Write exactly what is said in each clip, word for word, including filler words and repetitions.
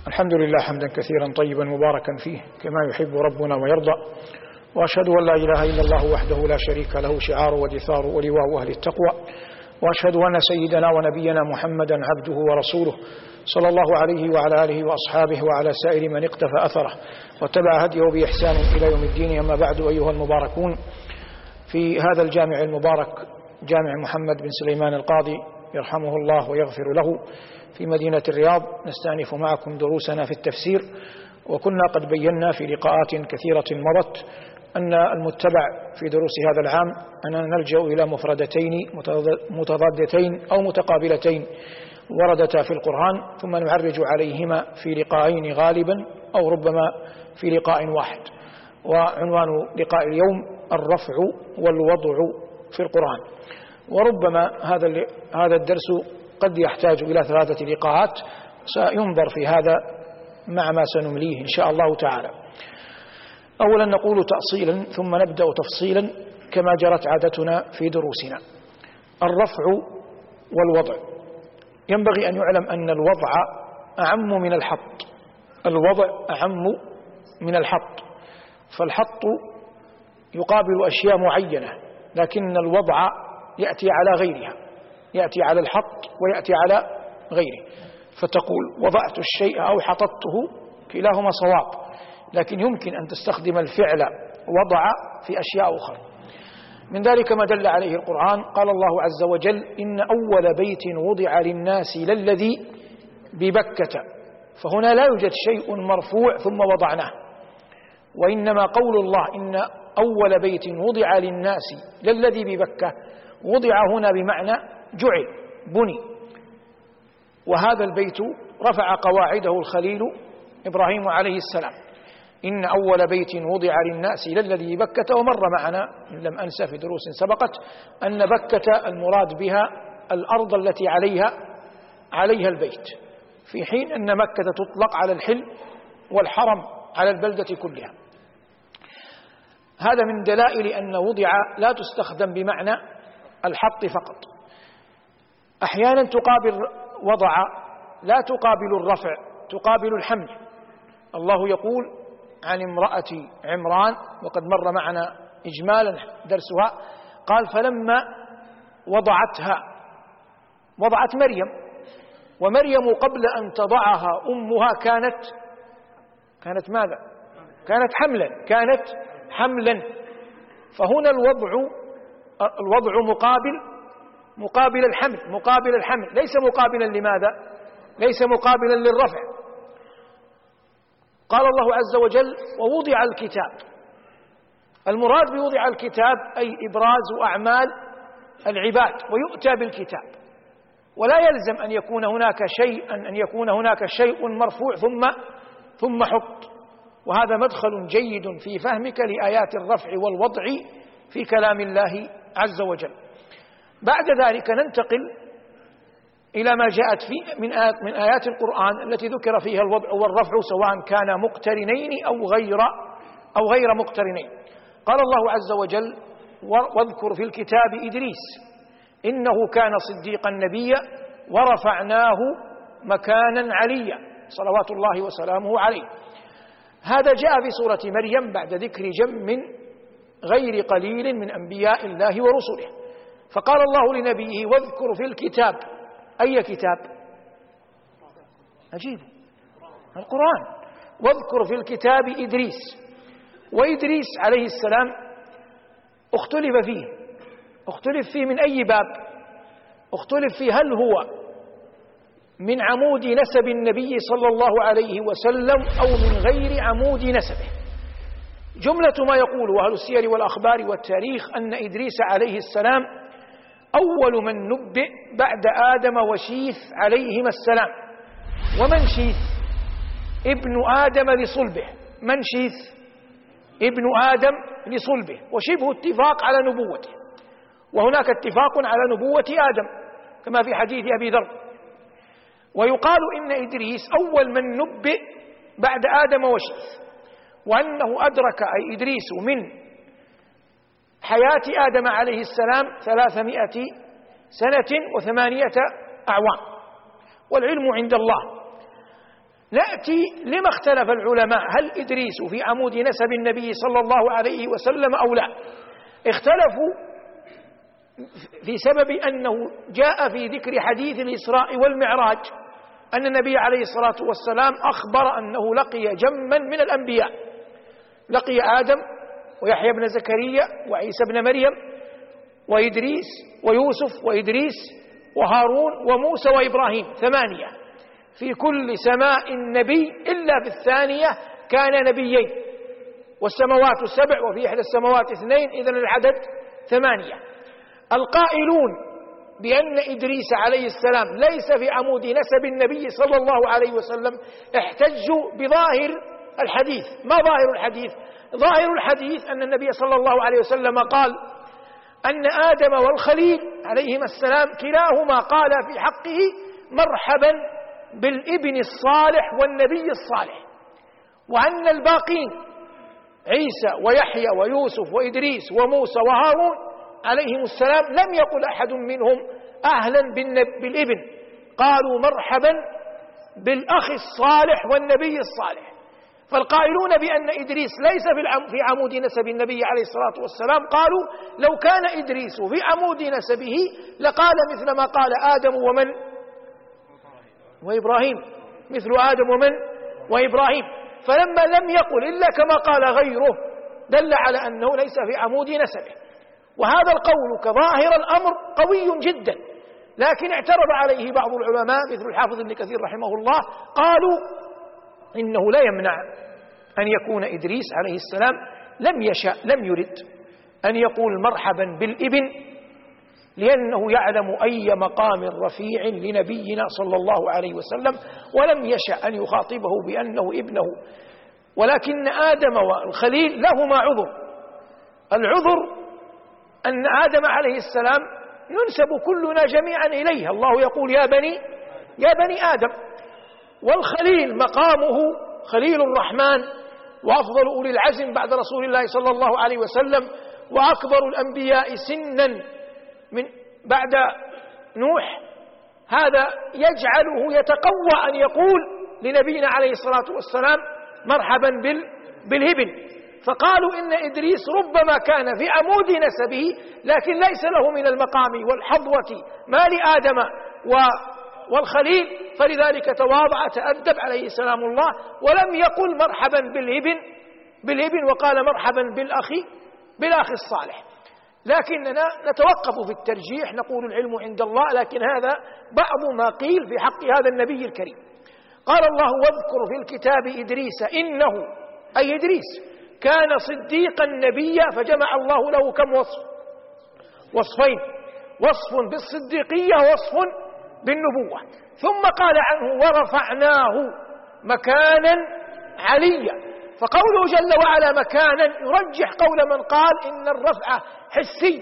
الحمد لله حمدا كثيرا طيبا مباركا فيه كما يحب ربنا ويرضى، وأشهد أن لا إله إلا الله وحده لا شريك له شعار ودثار ولواء أهل التقوى، وأشهد أن سيدنا ونبينا محمدا عبده ورسوله صلى الله عليه وعلى آله وأصحابه وعلى سائر من اقتفى أثره واتبع هديه بإحسان إلى يوم الدين. أما بعد، أيها المباركون، في هذا الجامع المبارك جامع محمد بن سليمان القاضي يرحمه الله ويغفر له في مدينة الرياض نستأنف معكم دروسنا في التفسير. وكنا قد بينا في لقاءات كثيرة مضت أن المتبع في دروس هذا العام أننا نلجأ إلى مفردتين متضادتين أو متقابلتين وردتا في القرآن، ثم نعرج عليهما في لقاءين غالبا أو ربما في لقاء واحد. وعنوان لقاء اليوم الرفع والوضع في القرآن، وربما هذا هذا الدرس قد يحتاج إلى ثلاثة لقاءات، سينظر في هذا مع ما سنمليه إن شاء الله تعالى. أولا نقول تأصيلا ثم نبدأ تفصيلا كما جرت عادتنا في دروسنا. الرفع والوضع، ينبغي أن يعلم أن الوضع أعم من الحط، الوضع أعم من الحط، فالحط يقابل أشياء معينة، لكن الوضع يأتي على غيرها، يأتي على الحط ويأتي على غيره. فتقول وضعت الشيء أو حطته، كلاهما صواب، لكن يمكن أن تستخدم الفعل وضع في أشياء أخرى. من ذلك ما دل عليه القرآن، قال الله عز وجل إن أول بيت وضع للناس للذي ببكة، فهنا لا يوجد شيء مرفوع ثم وضعناه، وإنما قول الله إن أول بيت وضع للناس للذي ببكة وضع هنا بمعنى جعل، بني، وهذا البيت رفع قواعده الخليل إبراهيم عليه السلام. إن أول بيت وضع للناس للذي ببكة، ومر معنا إن لم أنسى في دروس سبقت أن بكة المراد بها الأرض التي عليها عليها البيت، في حين أن مكة تطلق على الحل والحرم على البلدة كلها. هذا من دلائل أن وضع لا تستخدم بمعنى الحط فقط. أحيانا تقابل وضع لا تقابل الرفع، تقابل الحمل. الله يقول عن امرأة عمران، وقد مر معنا إجمالا درسها، قال فلما وضعتها، وضعت مريم، ومريم قبل أن تضعها أمها كانت كانت ماذا؟ كانت حملا، كانت حملا. فهنا الوضع الوضع مقابل مقابل الحمل، مقابل الحمل، ليس مقابلا لماذا؟ ليس مقابلا للرفع. قال الله عز وجل ووضع الكتاب، المراد بوضع الكتاب أي إبراز أعمال العباد ويؤتى بالكتاب، ولا يلزم أن يكون هناك شيء أن يكون هناك شيء مرفوع ثم ثم حط. وهذا مدخل جيد في فهمك لآيات الرفع والوضع في كلام الله عز وجل. بعد ذلك ننتقل إلى ما جاءت في من آيات من آيات القرآن التي ذكر فيها الوضع والرفع سواء كان مقترنين أو غير أو غير مقترنين. قال الله عز وجل واذكر في الكتاب إدريس إنه كان صديقا نبيا ورفعناه مكانا عليا صلوات الله وسلامه عليه. هذا جاء في سورة مريم بعد ذكر جم غير قليل من أنبياء الله ورسله. فقال الله لنبيه واذكر في الكتاب، أي كتاب؟ عجيب، القرآن. واذكر في الكتاب إدريس، وإدريس عليه السلام اختلف فيه اختلف فيه من أي باب؟ اختلف فيه هل هو من عمود نسب النبي صلى الله عليه وسلم أو من غير عمود نسبه. جملة ما يقول أهل السير والأخبار والتاريخ أن إدريس عليه السلام أول من نبئ بعد آدم وشيث عليهما السلام. ومن شيث؟ ابن آدم لصلبه، من شيث؟ ابن آدم لصلبه، وشبه اتفاق على نبوته، وهناك اتفاق على نبوة آدم كما في حديث أبي ذر. ويقال إن إدريس أول من نبئ بعد آدم وشيث، وأنه أدرك أي إدريس من حياة آدم عليه السلام ثلاثمائة سنة وثمانية أعوام، والعلم عند الله. نأتي لما اختلف العلماء، هل إدريس في عمود نسب النبي صلى الله عليه وسلم أو لا؟ اختلفوا في سبب أنه جاء في ذكر حديث الإسراء والمعراج أن النبي عليه الصلاة والسلام أخبر أنه لقي جما من الأنبياء، لقي آدم ويحيى بن زكريا وعيسى بن مريم وإدريس ويوسف وإدريس وهارون وموسى وإبراهيم، ثمانية في كل سماء نبي إلا في الثانية كان نبيين، والسماوات السبع وفي إحدى السماوات اثنين، إذن العدد ثمانية. القائلون بأن إدريس عليه السلام ليس في عمود نسب النبي صلى الله عليه وسلم احتجوا بظاهر الحديث. ما ظاهر الحديث؟ ظاهر الحديث أن النبي صلى الله عليه وسلم قال أن آدم والخليل عليهما السلام كلاهما قال في حقه مرحبا بالابن الصالح والنبي الصالح، وأن الباقين عيسى ويحيى ويوسف وإدريس وموسى وهارون عليهم السلام لم يقل أحد منهم أهلا بالابن، قالوا مرحبا بالأخ الصالح والنبي الصالح. فالقائلون بأن إدريس ليس في عمود نسب النبي عليه الصلاة والسلام قالوا لو كان إدريس في عمود نسبه لقال مثل ما قال آدم ومن وإبراهيم، مثل آدم ومن وإبراهيم، فلما لم يقل إلا كما قال غيره دل على أنه ليس في عمود نسبه. وهذا القول كظاهر الأمر قوي جدا، لكن اعترض عليه بعض العلماء مثل الحافظ ابن كثير رحمه الله، قالوا إنه لا يمنع أن يكون إدريس عليه السلام لم يشاء لم يرد أن يقول مرحبا بالابن، لأنه يعلم أي مقام رفيع لنبينا صلى الله عليه وسلم، ولم يشاء أن يخاطبه بأنه ابنه. ولكن آدم والخليل لهما عذر، العذر أن آدم عليه السلام ننسب كلنا جميعا إليه، الله يقول يا بني يا بني آدم، والخليل مقامه خليل الرحمن وأفضل أولي العزم بعد رسول الله صلى الله عليه وسلم، وأكبر الأنبياء سنا من بعد نوح، هذا يجعله يتقوى أن يقول لنبينا عليه الصلاة والسلام مرحبا بالابن. فقالوا إن إدريس ربما كان في عمود نسبه لكن ليس له من المقام والحظوة ما لآدم والخليل، فلذلك تواضع تأدب عليه سلام الله ولم يقل مرحبا بالابن بالابن وقال مرحبا بالأخ بالأخ الصالح. لكننا نتوقف في الترجيح، نقول العلم عند الله، لكن هذا بعض ما قيل في حق هذا النبي الكريم. قال الله واذكر في الكتاب إدريس إنه أي إدريس كان صديقا نبيا، فجمع الله له كم وصف؟ وصفين، وصف بالصديقية ووصف بالنبوة. ثم قال عنه ورفعناه مكانا عليا، فقوله جل وعلا مكانا يرجح قول من قال إن الرفع حسي،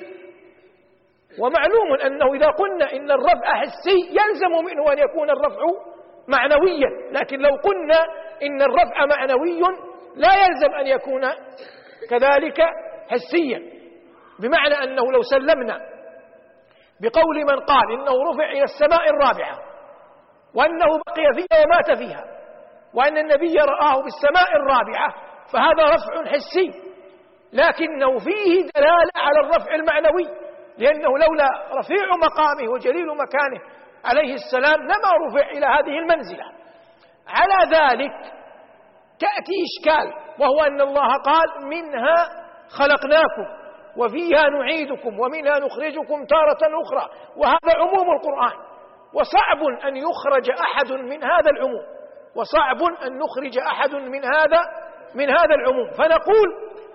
ومعلوم أنه إذا قلنا إن الرفع حسي يلزم منه أن يكون الرفع معنويا، لكن لو قلنا إن الرفع معنوي لا يلزم أن يكون كذلك حسيا، بمعنى أنه لو سلمنا بقول من قال إنه رفع إلى السماء الرابعة وأنه بقي فيها ومات فيها وأن النبي رآه بالسماء الرابعة فهذا رفع حسي، لكنه فيه دلالة على الرفع المعنوي، لأنه لولا رفيع مقامه وجليل مكانه عليه السلام لما رفع إلى هذه المنزلة. على ذلك تأتي إشكال، وهو أن الله قال منها خلقناكم وفيها نعيدكم ومنها نخرجكم تارة أخرى، وهذا عموم القرآن، وصعب أن يخرج أحد من هذا العموم، وصعب أن نخرج أحد من هذا من هذا العموم. فنقول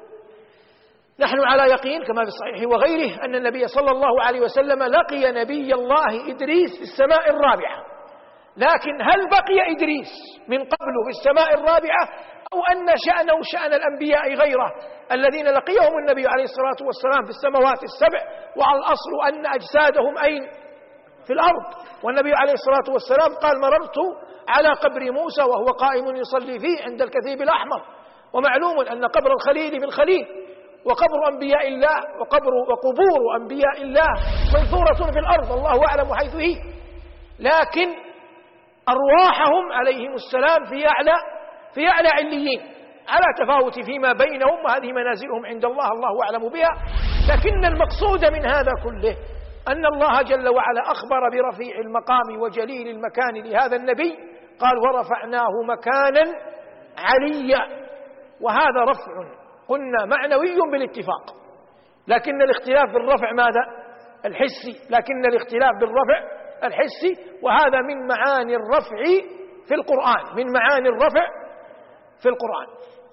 نحن على يقين كما في الصحيح وغيره أن النبي صلى الله عليه وسلم لقي نبي الله إدريس في السماء الرابعة، لكن هل بقي إدريس من قبل في السماء الرابعة أو أن شأنه شأن الأنبياء غيره الذين لقيهم النبي عليه الصلاة والسلام في السماوات السبع، وعلى الأصل أن أجسادهم أين؟ في الأرض. والنبي عليه الصلاة والسلام قال مررت على قبر موسى وهو قائم يصلي فيه عند الكثيب الأحمر، ومعلوم أن قبر الخليل بالخليل، وقبر أنبياء الله وقبر وقبور أنبياء الله منثورة في الأرض، الله أعلم حيث هي. لكن أرواحهم عليهم السلام في أعلى في أعلى عليين، على تفاوت فيما بينهم، وهذه منازلهم عند الله الله أعلم بها. لكن المقصود من هذا كله أن الله جل وعلا أخبر برفيع المقام وجليل المكان لهذا النبي، قال ورفعناه مكانا عليا. وهذا رفع قلنا معنوي بالاتفاق، لكن الاختلاف بالرفع ماذا؟ الحسي، لكن الاختلاف بالرفع الحسي، وهذا من معاني الرفع في القرآن، من معاني الرفع في القرآن.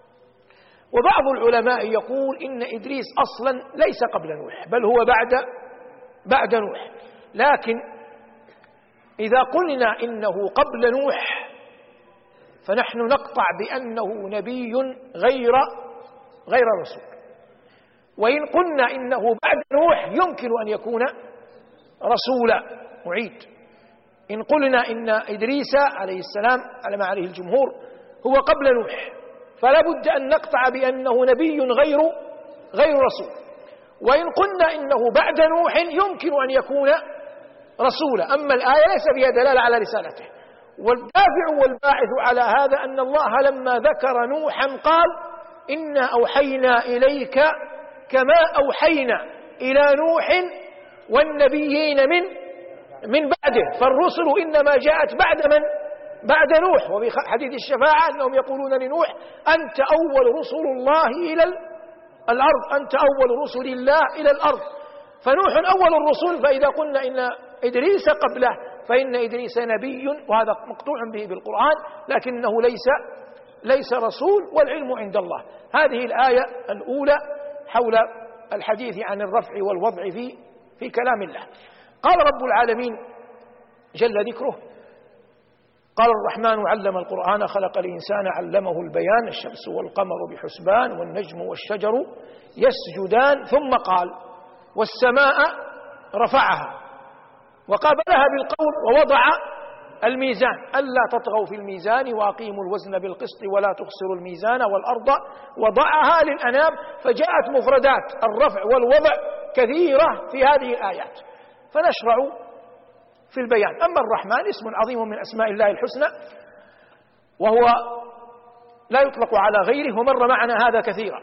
وبعض العلماء يقول إن إدريس أصلا ليس قبل نوح، بل هو بعد بعد نوح، لكن إذا قلنا إنه قبل نوح فنحن نقطع بأنه نبي غير غير رسول، وإن قلنا إنه بعد نوح يمكن أن يكون رسولا. أعيد، إن قلنا إن إدريس عليه السلام على ما عليه الجمهور هو قبل نوح، فلا بد أن نقطع بأنه نبي غير غير رسول، وإن قلنا إنه بعد نوح يمكن أن يكون رسولا. أما الآية ليس فيها دلالة على رسالته، والدافع والباعث على هذا أن الله لما ذكر نوحا قال إنا أوحينا إليك كما أوحينا إلى نوح والنبيين من من بعده، فالرسل إنما جاءت بعد من؟ بعد نوح. وفي حديث الشفاعة أنهم يقولون لنوح أنت أول رسل الله إلى الأرض، أنت أول رسل الله إلى الأرض، فنوح أول الرسل. فإذا قلنا إن إدريس قبله فإن إدريس نبي، وهذا مقطوع به بالقرآن، لكنه ليس ليس رسول، والعلم عند الله. هذه الآية الأولى حول الحديث عن الرفع والوضع في في كلام الله. قال رب العالمين جل ذكره، قال الرحمن علم القرآن خلق الإنسان علمه البيان، الشمس والقمر بحسبان والنجم والشجر يسجدان، ثم قال والسماء رفعها وقابلها بالقول ووضع الميزان ألا تطغوا في الميزان وأقيموا الوزن بالقسط ولا تخسروا الميزان، والأرض وضعها للأنام. فجاءت مفردات الرفع والوضع كثيرة في هذه الآيات، فنشرع في البيان. أما الرحمن اسم عظيم من أسماء الله الحسنى، وهو لا يطلق على غيره، ومر معنا هذا كثيرا.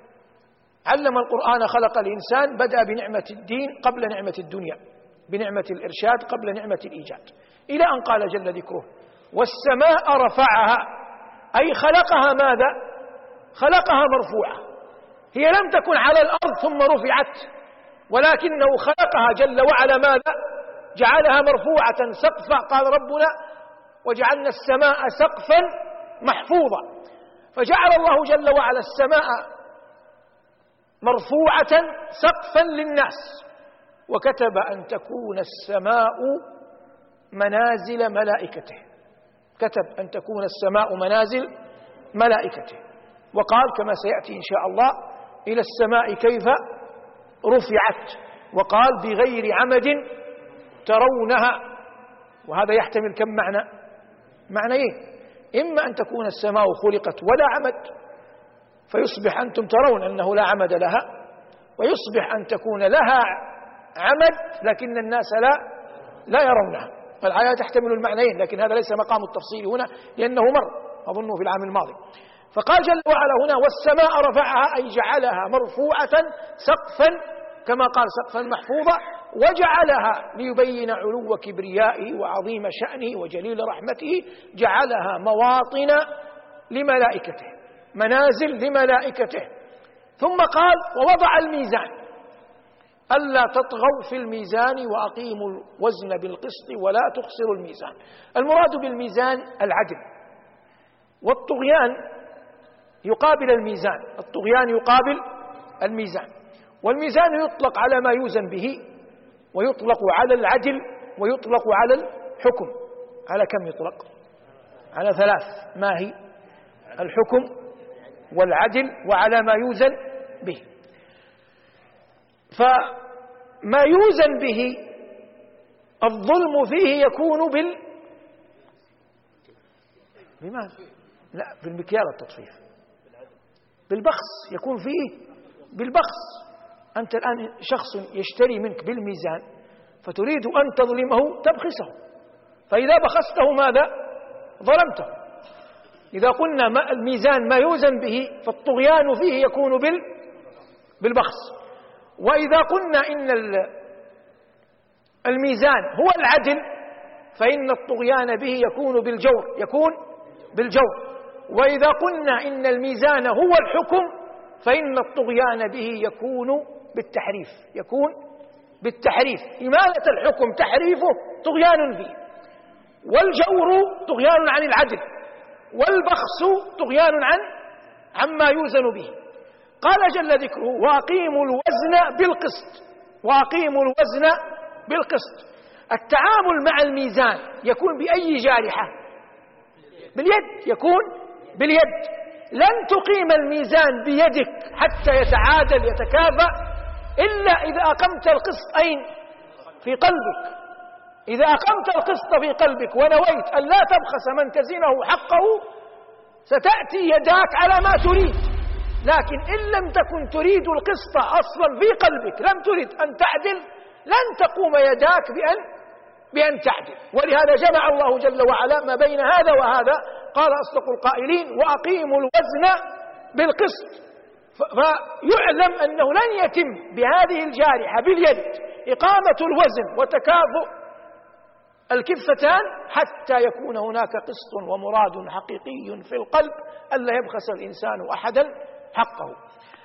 علم القرآن خلق الإنسان، بدأ بنعمة الدين قبل نعمة الدنيا، بنعمة الإرشاد قبل نعمة الإيجاد، إلى أن قال جل ذكره والسماء رفعها، أي خلقها ماذا؟ خلقها مرفوعة، هي لم تكن على الأرض ثم رفعت، ولكنه خلقها جل وعلا ماذا؟ جعلها مرفوعة سقفا. قال ربنا وجعلنا السماء سقفا محفوظا، فجعل الله جل وعلا السماء مرفوعة سقفا للناس، وكتب أن تكون السماء منازل ملائكته، كتب أن تكون السماء منازل ملائكته، وقال كما سيأتي إن شاء الله إلى السماء كيف رفعت، وقال بغير عمد ترونها. وهذا يحتمل كم معنى؟ معنيين، إما أن تكون السماء خلقت ولا عمد فيصبح أنتم ترون أنه لا عمد لها، ويصبح أن تكون لها عمد لكن الناس لا لا يرونها. فالآية تحتمل المعنيين، لكن هذا ليس مقام التفصيل هنا لأنه مر أظنه في العام الماضي. فقال جل وعلا هنا والسماء رفعها، أي جعلها مرفوعة سقفا كما قال سقفا محفوظا، وجعلها ليبين علو كبريائه وعظيم شأنه وجليل رحمته، جعلها مواطن لملائكته، منازل لملائكته. ثم قال ووضع الميزان ألا تطغوا في الميزان وأقيموا الوزن بالقسط ولا تخسروا الميزان. المراد بالميزان العدل، والطغيان يقابل الميزان، الطغيان يقابل الميزان. والميزان يطلق على ما يوزن به، ويطلق على العدل، ويطلق على الحكم. على كم يطلق؟ على ثلاث، ما هي؟ الحكم والعدل وعلى ما يوزن به. فما يوزن به الظلم فيه يكون بال بماذا؟ لا، بالمكيال التطفيف، بالبخس، يكون فيه بالبخس. أنت الآن شخص يشتري منك بالميزان فتريد أن تظلمه تبخسه، فإذا بخسته ماذا؟ ظلمته. إذا قلنا ما الميزان ما يوزن به فالطغيان فيه يكون بالبخس. وإذا قلنا إن الميزان هو العدل فإن الطغيان به يكون بالجور يكون بالجور. وإذا قلنا إن الميزان هو الحكم فإن الطغيان به يكون بالتحريف يكون بالتحريف. إمالة الحكم تحريفه طغيان فيه، والجور طغيان عن العدل، والبخس طغيان عن عما يوزن به. قال جل ذكره: وأقيموا الوزن بالقسط وأقيموا الوزن بالقسط. التعامل مع الميزان يكون بأي جارحة؟ باليد، يكون باليد. لن تقيم الميزان بيدك حتى يتعادل يتكافأ إلا إذا أقمت القسط أين؟ في قلبك. إذا أقمت القسط في قلبك ونويت أن لا تبخس من تزنه حقه ستأتي يداك على ما تريد. لكن إن لم تكن تريد القسط أصلا في قلبك، لم تريد أن تعدل، لن تقوم يداك بأن بأن تعدل. ولهذا جمع الله جل وعلا ما بين هذا وهذا. قال أصدق القائلين: وأقيموا الوزن بالقسط. فيعلم أنه لن يتم بهذه الجارحة باليد إقامة الوزن وتكافؤ الكفتان حتى يكون هناك قسط ومراد حقيقي في القلب ألا يبخس الإنسان أحدا حقه.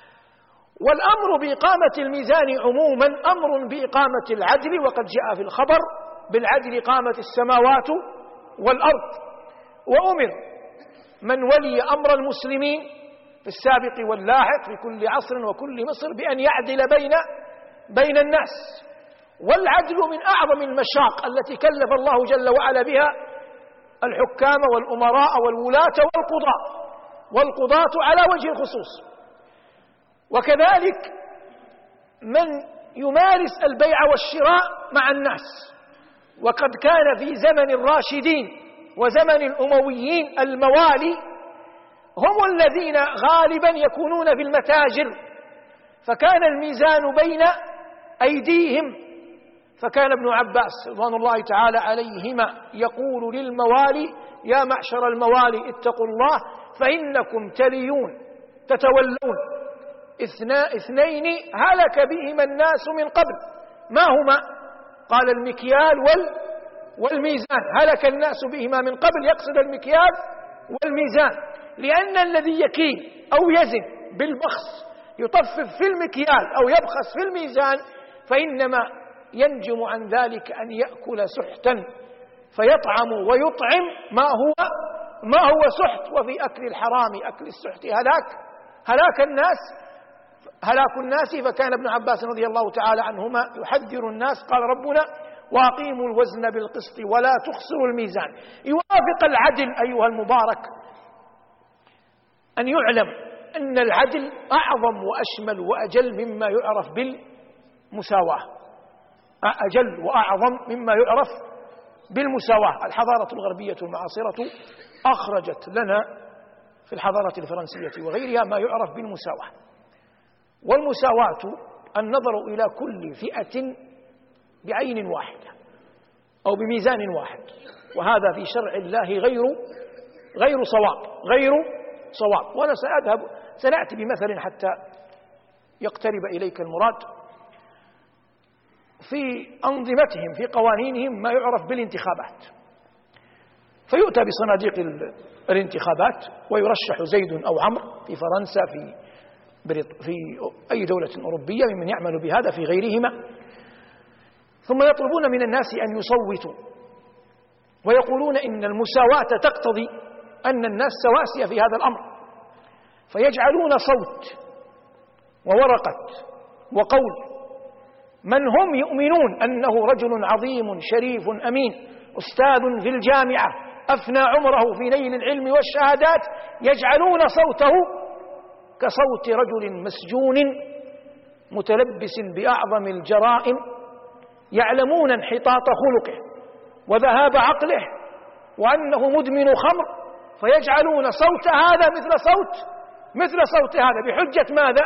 والأمر بإقامة الميزان عموما أمر بإقامة العدل، وقد جاء في الخبر بالعدل قامت السماوات والأرض. وأمر من ولي أمر المسلمين في السابق واللاحق في كل عصر وكل مصر بأن يعدل بين بين الناس. والعدل من أعظم المشاق التي كلف الله جل وعلا بها الحكام والأمراء والولاة والقضاة والقضاة على وجه الخصوص. وكذلك من يمارس البيع والشراء مع الناس. وقد كان في زمن الراشدين وزمن الأمويين الموالي هم الذين غالبا يكونون في المتاجر، فكان الميزان بين أيديهم. فكان ابن عباس رضوان الله تعالى عليهما يقول للموالي: يا معشر الموالي اتقوا الله فإنكم تليون تتولون اثنين هلك بهما الناس من قبل. ما هما؟ قال: المكيال وال والميزان. هلك الناس بهما من قبل، يقصد المكيال والميزان، لأن الذي يكيل أو يزن بالبخس يطفف في المكيال أو يبخس في الميزان فإنما ينجم عن ذلك أن يأكل سحتا فيطعم ويطعم ما هو ما هو سحت. وفي أكل الحرام أكل السحت هلاك هلاك الناس هلاك الناس. فكان ابن عباس رضي الله تعالى عنهما يحذر الناس. قال ربنا: وأقيموا الوزن بالقسط ولا تخسروا الميزان. يوافق العدل أيها المبارك أن يعلم أن العدل أعظم وأشمل وأجل مما يعرف بالمساواة، أجل وأعظم مما يعرف بالمساواة. الحضارة الغربية المعاصرة أخرجت لنا في الحضارة الفرنسية وغيرها ما يعرف بالمساواة. والمساواة النظر إلى كل فئة بعين واحدة أو بميزان واحد، وهذا في شرع الله غير غير صواب غير صواب. وأنا سأذهب سنأتي بمثل حتى يقترب إليك المراد. في أنظمتهم في قوانينهم ما يعرف بالانتخابات، فيؤتى بصناديق الانتخابات ويرشح زيد أو عمرو في فرنسا في في أي دولة أوروبية ممن يعمل بهذا في غيرهما، ثم يطلبون من الناس أن يصوتوا ويقولون إن المساواة تقتضي أن الناس سواسية في هذا الأمر، فيجعلون صوت وورقة وقول من هم يؤمنون أنه رجل عظيم شريف أمين أستاذ في الجامعة أفنى عمره في نيل العلم والشهادات، يجعلون صوته كصوت رجل مسجون متلبس بأعظم الجرائم، يعلمون انحطاط خلقه وذهاب عقله وأنه مدمن خمر، فيجعلون صوت هذا مثل صوت مثل صوت هذا بحجة ماذا؟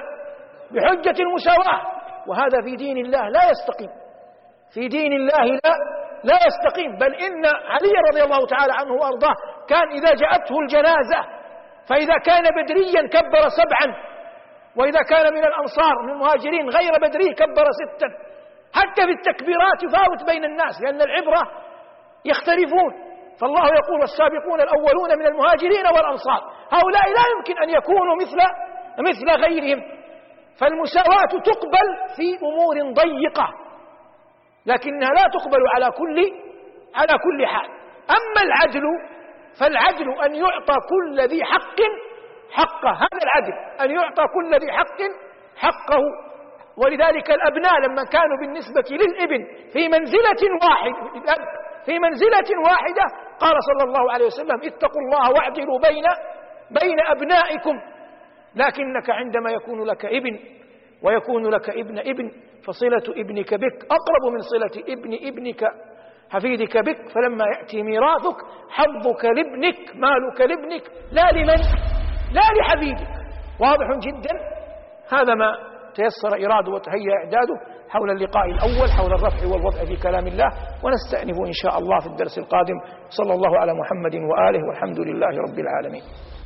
بحجة المساواة. وهذا في دين الله لا يستقيم، في دين الله لا لا يستقيم. بل إن علي رضي الله تعالى عنه وأرضاه كان إذا جاءته الجنازة فإذا كان بدريا كبر سبعا، وإذا كان من الأنصار من المهاجرين غير بدري كبر ستا. حتى في التكبيرات يفاوت بين الناس، لأن العبرة يختلفون. فالله يقول والسابقون الأولون من المهاجرين والأنصار، هؤلاء لا يمكن أن يكونوا مثل مثل غيرهم. فالمساواة تقبل في أمور ضيقة، لكنها لا تقبل على كل على كل حال. أما العدل فالعدل أن يعطى كل ذي حق حقه، هذا العدل، أن يعطى كل ذي حق حقه. ولذلك الأبناء لما كانوا بالنسبة للابن في منزلة واحدة في منزلة واحدة قال صلى الله عليه وسلم اتقوا الله واعدلوا بين بين أبنائكم. لكنك عندما يكون لك ابن ويكون لك ابن ابن فصلة ابنك بك أقرب من صلة ابن ابنك حفيدك بك. فلما يأتي ميراثك حظك لابنك مالك لابنك لا لمن لا لحفيدك. واضح جدا. هذا ما تيسر إراده وتهيأ إعداده حول اللقاء الأول حول الرفع والوضع في كلام الله، ونستأنف إن شاء الله في الدرس القادم. صلى الله على محمد وآله والحمد لله رب العالمين.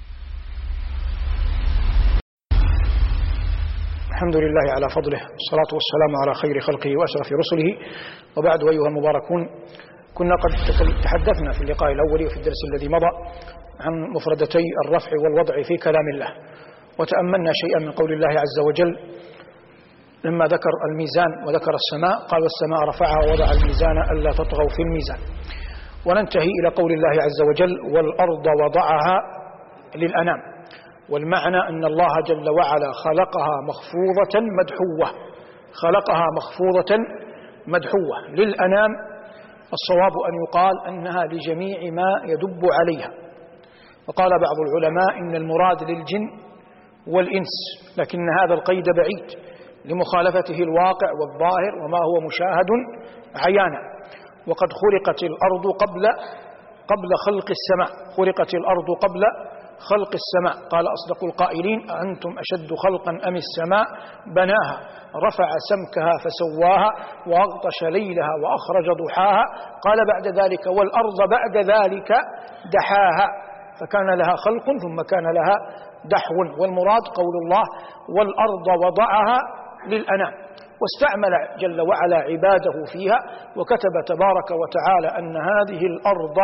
الحمد لله على فضله، والصلاة والسلام على خير خلقه وأشرف رسله، وبعد. أيها المباركون، كنا قد تحدثنا في اللقاء الأول وفي الدرس الذي مضى عن مفردتي الرفع والوضع في كلام الله، وتأملنا شيئا من قول الله عز وجل لما ذكر الميزان وذكر السماء، قال والسماء رفعها ووضع الميزان ألا تطغوا في الميزان. وننتهي إلى قول الله عز وجل والأرض وضعها للأنام. والمعنى أن الله جل وعلا خلقها مخفوضة مدحوة خلقها مخفوضة مدحوة للأنام. الصواب أن يقال أنها لجميع ما يدب عليها. وقال بعض العلماء إن المراد للجن والإنس، لكن هذا القيد بعيد لمخالفته الواقع والظاهر وما هو مشاهد عيانا. وقد خلقت الأرض قبل قبل خلق السماء خلقت الأرض قبل خلق السماء. قال أصدق القائلين أأنتم أشد خلقا أم السماء بناها رفع سمكها فسواها وأغطش ليلها وأخرج ضحاها. قال بعد ذلك والأرض بعد ذلك دحاها، فكان لها خلق ثم كان لها دحو. والمراد قول الله والأرض وضعها للأنام، واستعمل جل وعلا عباده فيها، وكتب تبارك وتعالى أن هذه الأرض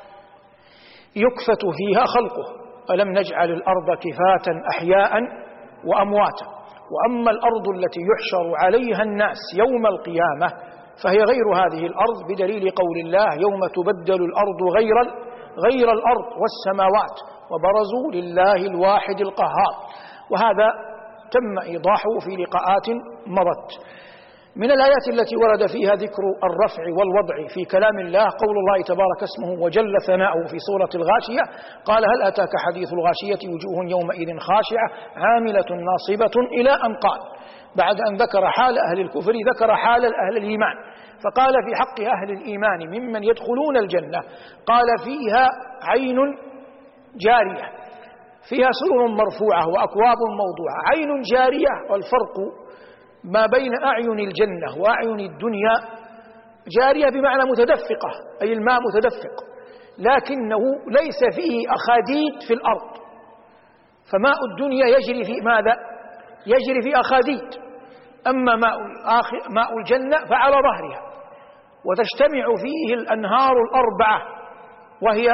يكفت فيها خلقه ألم نجعل الأرض كفاة أحياء وأمواتا. وأما الأرض التي يحشر عليها الناس يوم القيامة فهي غير هذه الأرض، بدليل قول الله يوم تبدل الأرض غير غير الأرض والسماوات وبرزوا لله الواحد القهار. وهذا تم إيضاحه في لقاءات مضت. من الآيات التي ورد فيها ذكر الرفع والوضع في كلام الله قول الله تبارك اسمه وجل ثناؤه في سورة الغاشية، قال هل أتاك حديث الغاشية وجوه يومئذ خاشعة عاملة ناصبة إلى أن قال. بعد أن ذكر حال أهل الكفر ذكر حال أهل الإيمان، فقال في حق أهل الإيمان ممن يدخلون الجنة قال فيها عين جارية فيها سرر مرفوعة وأكواب موضوعة. عين جارية، والفرق ما بين أعين الجنة وأعين الدنيا جارية بمعنى متدفقة، أي الماء متدفق، لكنه ليس فيه أخاديد في الأرض. فماء الدنيا يجري في ماذا؟ يجري في أخاديد. أما ماء, ماء الجنة فعلى ظهرها، وتجتمع فيه الأنهار الأربعة، وهي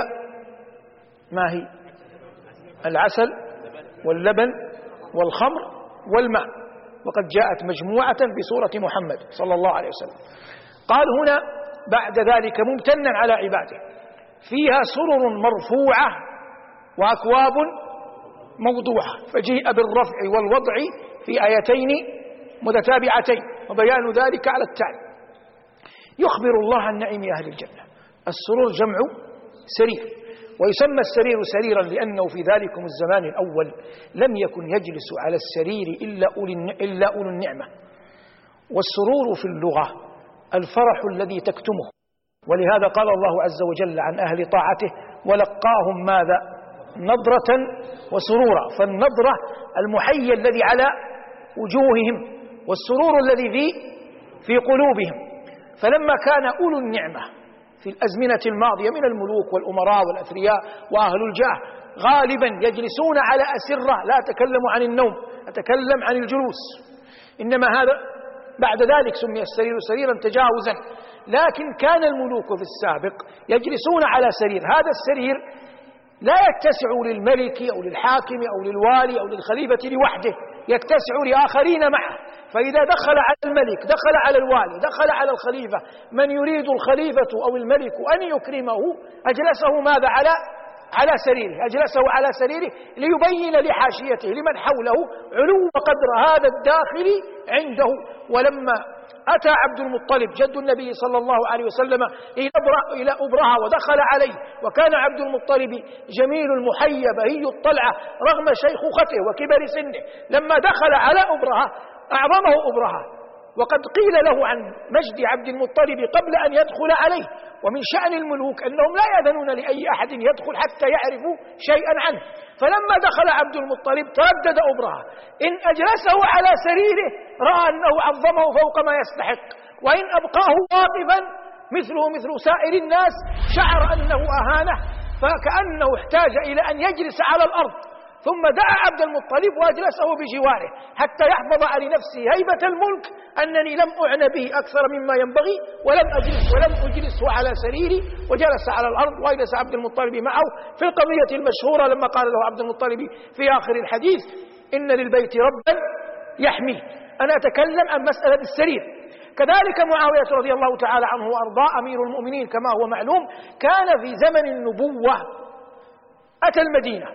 ما هي؟ العسل واللبن والخمر والماء، وقد جاءت مجموعة بسورة محمد صلى الله عليه وسلم. قال هنا بعد ذلك ممتنا على عباده فيها سرر مرفوعة وأكواب موضوعة، فجيء بالرفع والوضع في آيتين متتابعتين، وبيان ذلك على التالي. يخبر الله عن نعيم أهل الجنة. السرور جمع سرير، ويسمى السرير سريرا لأنه في ذلكم الزمان الأول لم يكن يجلس على السرير إلا أولي, إلا أولي النعمة. والسرور في اللغة الفرح الذي تكتمه، ولهذا قال الله عز وجل عن أهل طاعته ولقاهم ماذا؟ نضرة وسرورا. فالنضرة المحيي الذي على وجوههم، والسرور الذي في في قلوبهم. فلما كان أولو النعمة في الأزمنة الماضية من الملوك والأمراء والأثرياء وأهل الجاه غالبا يجلسون على أسرة. لا أتكلم عن النوم، أتكلم عن الجلوس. إنما هذا بعد ذلك سمي السرير سريرا تجاوزا، لكن كان الملوك في السابق يجلسون على سرير. هذا السرير لا يتسع للملك أو للحاكم أو للوالي أو للخليفة لوحده، يتسع لآخرين معه. فإذا دخل على الملك، دخل على الوالي، دخل على الخليفة، من يريد الخليفة أو الملك أن يكرمه أجلسه ماذا على على سريره، أجلسه على سريره ليبين لحاشيته لمن حوله علو قدر هذا الداخل عنده. ولما أتى عبد المطلب جد النبي صلى الله عليه وسلم إلى أبرهة ودخل عليه، وكان عبد المطلب جميل المحيى بهي الطلعة رغم شيخوخته وكبر سنه، لما دخل على أبرهة أعظمه أبرهة. وقد قيل له عن مجد عبد المطلب قبل أن يدخل عليه، ومن شأن الملوك أنهم لا يأذنون لأي أحد يدخل حتى يعرفوا شيئا عنه. فلما دخل عبد المطلب تردد أبرهة، إن أجلسه على سريره رأى أنه عظمه فوق ما يستحق، وإن أبقاه واقفا مثله مثل سائر الناس شعر أنه أهانه، فكأنه احتاج إلى أن يجلس على الأرض. ثم دعا عبد المطلب وأجلسه بجواره حتى يحفظ عن نفسه هيبة الملك، أنني لم أعنى به أكثر مما ينبغي، ولم أجلس ولم أجلسه على سريري، وجلس على الأرض وجلس عبد المطلب معه في القضية المشهورة لما قال له عبد المطلب في آخر الحديث: إن للبيت ربا يحميه. أنا أتكلم عن مسألة السرير. كذلك معاوية رضي الله تعالى عنه وأرضاه أمير المؤمنين كما هو معلوم، كان في زمن النبوة أتى المدينة،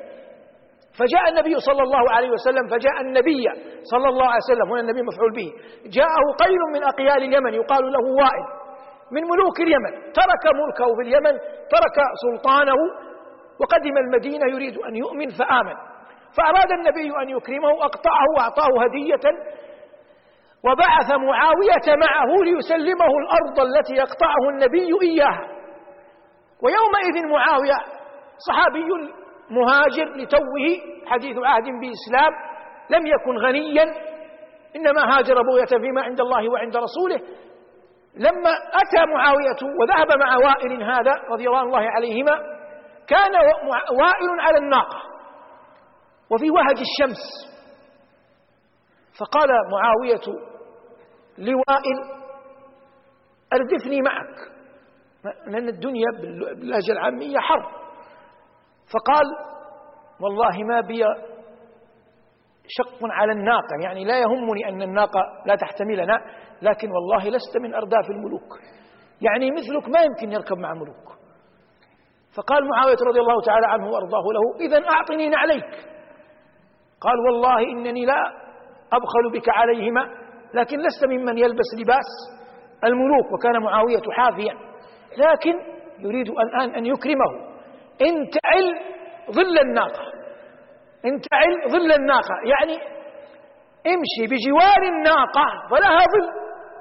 فجاء النبي صلى الله عليه وسلم فجاء النبي صلى الله عليه وسلم، هنا النبي مفعول به، جاءه قيل من أقيال اليمن يقال له وائل من ملوك اليمن، ترك ملكه في اليمن، ترك سلطانه وقدم المدينة يريد أن يؤمن فآمن. فأراد النبي أن يكرمه، أقطعه وأعطاه هدية، وبعث معاوية معه ليسلمه الأرض التي يقطعه النبي إياها. ويومئذ معاوية صحابي مهاجر لتوه حديث عهد بإسلام، لم يكن غنيا، إنما هاجر بغية فيما عند الله وعند رسوله. لما أتى معاوية وذهب مع وائل هذا رضي الله عليهما، كان وائل على الناقة وفي وهج الشمس، فقال معاوية لوائل: أردفني معك، لأن الدنيا باللهجة العامية حر. فقال: والله ما بي شق على الناقة، يعني لا يهمني أن الناقة لا تحتملنا، لكن والله لست من أرداف الملوك، يعني مثلك ما يمكن يركب مع ملوك. فقال معاوية رضي الله تعالى عنه وأرضاه له: إذن أعطني نعليك. قال: والله إنني لا أبخل بك عليهما، لكن لست ممن يلبس لباس الملوك. وكان معاوية حافيا، لكن يريد الآن أن يكرمه. انتعل ظل الناقة، انتعل ظل الناقة، يعني امشي بجوار الناقة فلها ظل،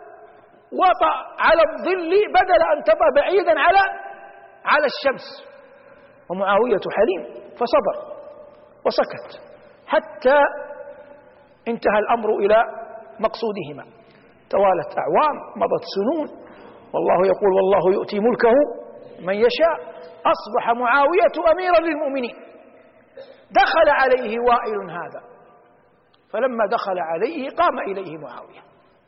وطأ على الظل بدل أن تطأ بعيدا على على الشمس. ومعاوية حليم فصبر وسكت حتى انتهى الأمر إلى مقصودهما. توالت أعوام، مضت سنون، والله يقول: والله يؤتي ملكه من يشاء. أصبح معاوية أميرا للمؤمنين. دخل عليه وائل هذا، فلما دخل عليه قام إليه معاوية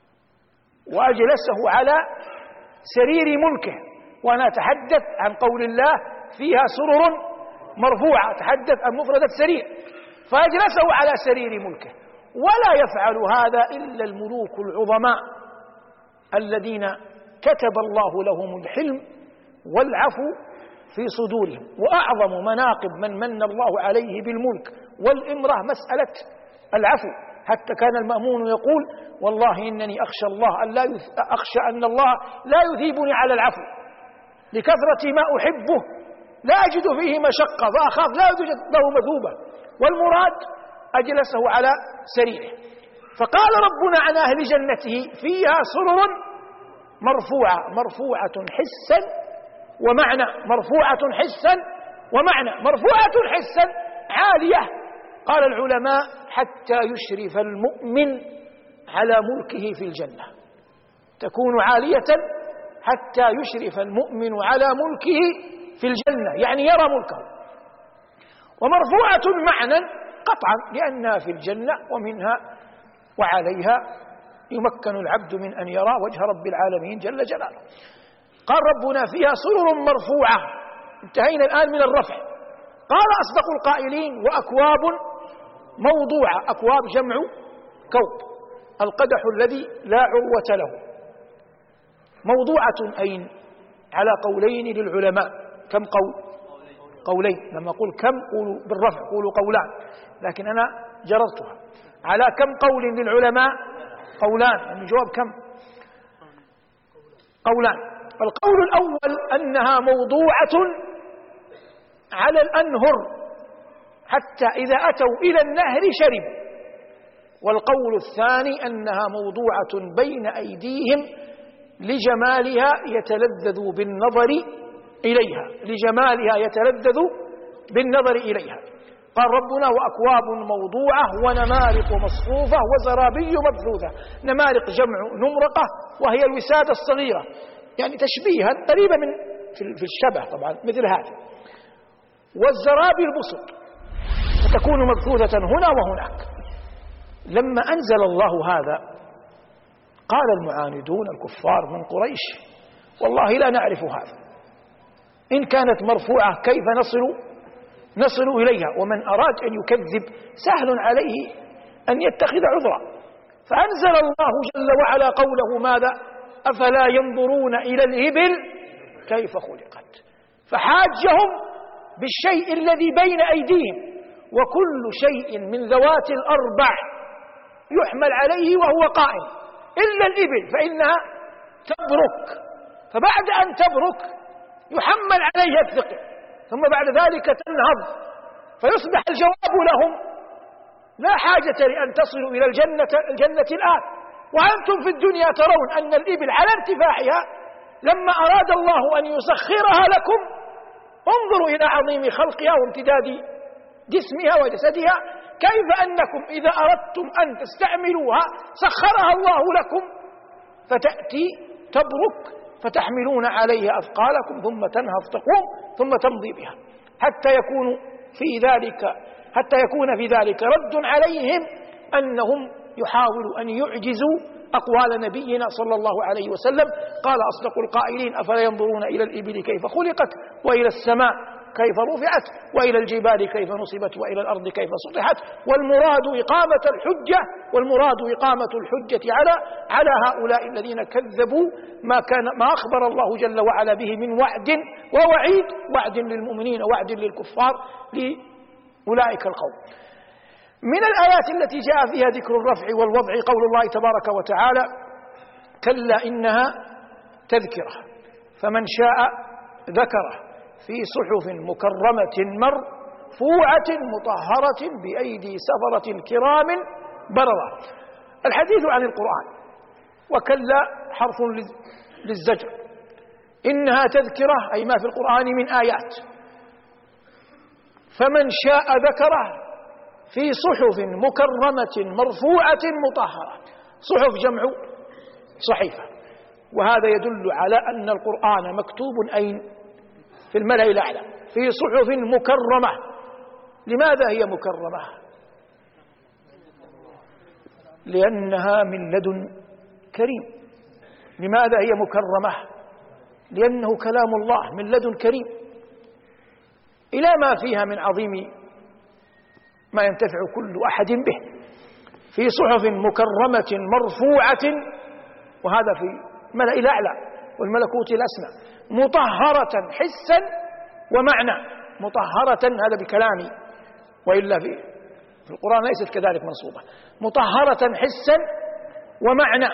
وأجلسه على سرير ملكه. وأنا أتحدث عن قول الله: فيها سرر مرفوعة، أتحدث عن مفردة سرير، فأجلسه على سرير ملكه. ولا يفعل هذا إلا الملوك العظماء الذين كتب الله لهم الحلم والعفو في صدورهم. وأعظم مناقب من من الله عليه بالملك والإمرة مسألة العفو، حتى كان المأمون يقول: والله إنني أخشى الله أن لا يث... أخشى أن الله لا يثيبني على العفو لكثرة ما أحبه، لا أجد فيه مشقة، فأخاف لا يوجد له مثوبة. والمراد أجلسه على سريره. فقال ربنا عن أهل جنته: فيها سرر مرفوعة، مرفوعة حسا ومعنى، مرفوعة حسا ومعنى، مرفوعة حسا عالية. قال العلماء: حتى يشرف المؤمن على ملكه في الجنة، تكون عالية حتى يشرف المؤمن على ملكه في الجنة، يعني يرى ملكه. ومرفوعة معنى قطعا لأنها في الجنة ومنها وعليها يمكن العبد من أن يرى وجه رب العالمين جل جلاله. قال ربنا فيها سرر مرفوعة، انتهينا الآن من الرفع. قال أصدق القائلين وأكواب موضوعة. أكواب جمع كوب، القدح الذي لا عروة له. موضوعة أين؟ على قولين للعلماء. كم قول؟ قولين. لما أقول كم قولوا بالرفع، قولوا قولان، لكن أنا جررتها. على كم قول للعلماء؟ قولان. يعني جواب كم؟ قولان. القول الأول أنها موضوعة على الأنهر حتى إذا أتوا إلى النهر شربوا. والقول الثاني أنها موضوعة بين أيديهم لجمالها يتلذذ بالنظر إليها، لجمالها يتلذذ بالنظر إليها. قال ربنا وأكواب موضوعة ونمارق مصفوفة وزرابي مبثوثة. نمارق جمع نمرقة وهي الوسادة الصغيرة، يعني تشبيها قريبة من في الشبه طبعا مثل هذا. والزرابي البسط فتكون مبثوثة هنا وهناك. لما أنزل الله هذا قال المعاندون الكفار من قريش والله لا نعرف هذا، إن كانت مرفوعة كيف نصل نصل إليها؟ ومن أراد أن يكذب سهل عليه أن يتخذ عذرا. فأنزل الله جل وعلا قوله ماذا؟ أفلا ينظرون إلى الإبل كيف خلقت. فحاجهم بالشيء الذي بين أيديهم، وكل شيء من ذوات الأربع يحمل عليه وهو قائم إلا الإبل فإنها تبرك، فبعد أن تبرك يحمل عليها الثقل، ثم بعد ذلك تنهض فيصبح الجواب لهم لا حاجة لأن تصلوا إلى الجنة, الجنة الآن، وأنتم في الدنيا ترون أن الإبل على ارتفاعها لما أراد الله أن يسخرها لكم انظروا إلى عظيم خلقها وامتداد جسمها وجسدها، كيف أنكم إذا أردتم أن تستعملوها سخرها الله لكم فتأتي تبرك فتحملون عليها أثقالكم ثم تنهض تقوم ثم تمضي بها، حتى يكون في ذلك حتى يكون في ذلك رد عليهم أنهم يحاولوا أن يعجزوا أقوال نبينا صلى الله عليه وسلم. قال أصدق القائلين أفلا ينظرون إلى الإبل كيف خلقت وإلى السماء كيف رفعت وإلى الجبال كيف نصبت وإلى الأرض كيف سطحت. والمراد إقامة الحجة والمراد إقامة الحجة على على هؤلاء الذين كذبوا ما كان ما أخبر الله جل وعلا به من وعد ووعيد، وعد للمؤمنين ووعد للكفار لأولئك القوم. من الآيات التي جاء فيها ذكر الرفع والوضع قول الله تبارك وتعالى كلا إنها تذكرة فمن شاء ذكره في صحف مكرمة مرفوعة مطهرة بأيدي سفرة كرام بررة. الحديث عن القرآن، وكلا حرف للزجر، إنها تذكرة أي ما في القرآن من آيات، فمن شاء ذكره في صحف مكرمة مرفوعة مطهرة. صحف جمع صحيفة، وهذا يدل على أن القرآن مكتوب أين؟ في الملأ الأعلى في صحف مكرمة. لماذا هي مكرمة؟ لأنها من لدن كريم. لماذا هي مكرمة؟ لأنه كلام الله من لدن كريم، إلى ما فيها من عظيم ما ينتفع كل أحد به، في صحف مكرمة مرفوعة، وهذا في الملأ الأعلى والملكوت الأسمى، مطهرة حسا ومعنى. مطهرة هذا بكلامي، وإلا في في القرآن ليست كذلك منصوبة. مطهرة حسا ومعنى.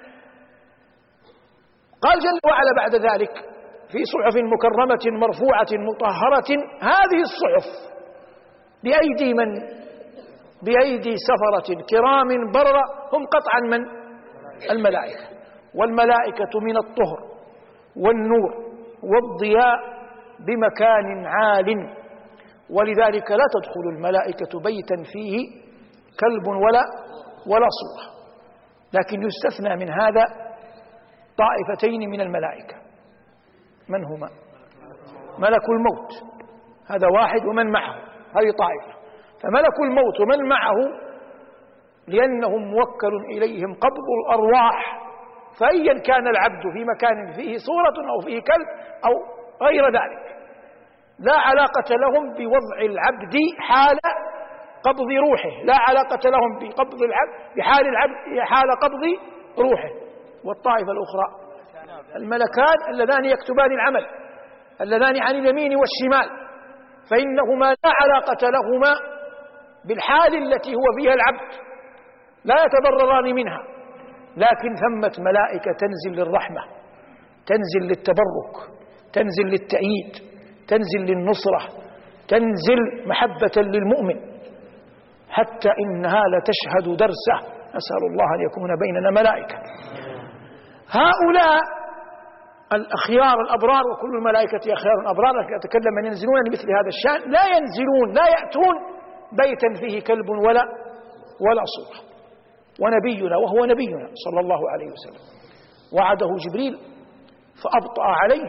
قال جل وعلا بعد ذلك في صحف مكرمة مرفوعة مطهرة. هذه الصحف بأيدي من؟ بأيدي سفرة كرام بررة، هم قطعا من؟ الملائكة. والملائكة من الطهر والنور والضياء بمكان عال، ولذلك لا تدخل الملائكة بيتا فيه كلب ولا ولا صورة. لكن يستثنى من هذا طائفتين من الملائكة. من هما؟ ملك الموت هذا واحد، ومن معه هذه طائفة. فملك الموت ومن معه لأنهم موكل إليهم قبض الأرواح، فأيا كان العبد في مكان فيه صورة أو فيه كلب أو غير ذلك لا علاقة لهم بوضع العبد حال قبض روحه، لا علاقة لهم بقبض العبد بحال العبد حال قبض روحه. والطائفة الأخرى الملكان اللذان يكتبان العمل، اللذان عن اليمين والشمال، فإنهما لا علاقة لهما بالحال التي هو فيها العبد، لا يتضرران منها، لكن ثمة ملائكة تنزل للرحمة، تنزل للتبرك، تنزل للتأييد، تنزل للنصرة، تنزل محبة للمؤمن، حتى إنها لتشهد درسه. نسأل الله أن يكون بيننا ملائكة. هؤلاء الأخيار الأبرار، وكل الملائكة أخيار أبرار، لكن أتكلم أن ينزلون لمثل هذا الشأن، لا ينزلون لا يأتون بيتا فيه كلب ولا ولا صورة. ونبينا وهو نبينا صلى الله عليه وسلم وعده جبريل فأبطأ عليه،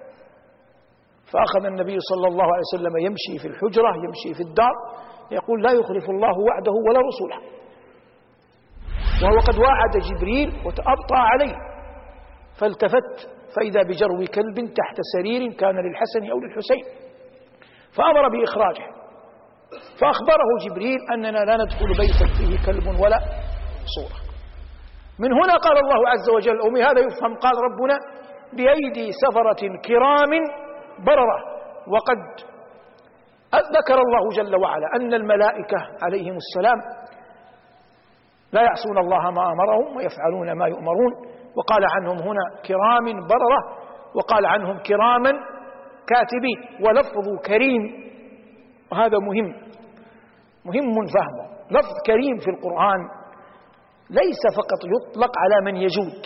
فأخذ النبي صلى الله عليه وسلم يمشي في الحجرة، يمشي في الدار، يقول لا يخلف الله وعده ولا رسوله، وهو قد وعد جبريل وتأبطأ عليه. فالتفت فإذا بجرو كلب تحت سرير كان للحسن أو للحسين، فأمر بإخراجه، فأخبره جبريل أننا لا ندخل بيتا فيه كلب ولا صورة. من هنا قال الله عز وجل، ومن هذا يفهم قال ربنا بأيدي سفرة كرام بررة. وقد ذكر الله جل وعلا أن الملائكة عليهم السلام لا يعصون الله ما أمرهم ويفعلون ما يؤمرون، وقال عنهم هنا كرام بررة، وقال عنهم كراما كاتبين. ولفظ كريم وهذا مهم مهم فهمه. لفظ كريم في القرآن ليس فقط يطلق على من يجود،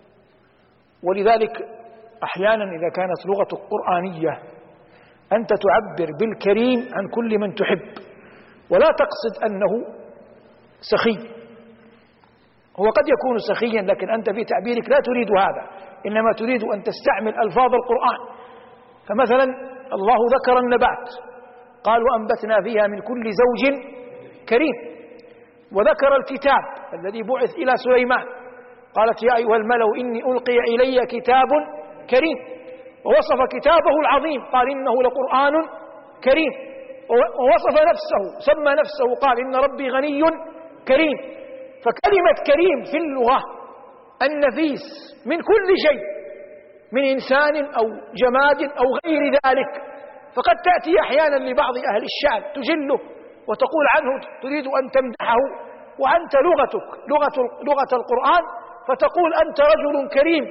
ولذلك أحيانا إذا كانت لغة قرآنية أنت تعبر بالكريم عن كل من تحب، ولا تقصد أنه سخي. هو قد يكون سخيا لكن أنت في تعبيرك لا تريد هذا، إنما تريد أن تستعمل ألفاظ القرآن. فمثلا الله ذكر النبات قال وأنبتنا فيها من كل زوج كريم، وذكر الكتاب الذي بعث إلى سليمان قالت يا أيها الملأ إني ألقي إلي كتاب كريم، ووصف كتابه العظيم قال إنه لقرآن كريم، ووصف نفسه سمى نفسه قال إن ربي غني كريم. فكلمة كريم في اللغة النفيس من كل شيء، من إنسان أو جماد أو غير ذلك. فقد تأتي أحيانا لبعض أهل الشأن تجله وتقول عنه تريد أن تمدحه، وأنت لغتك لغة, لغة القرآن، فتقول أنت رجل كريم.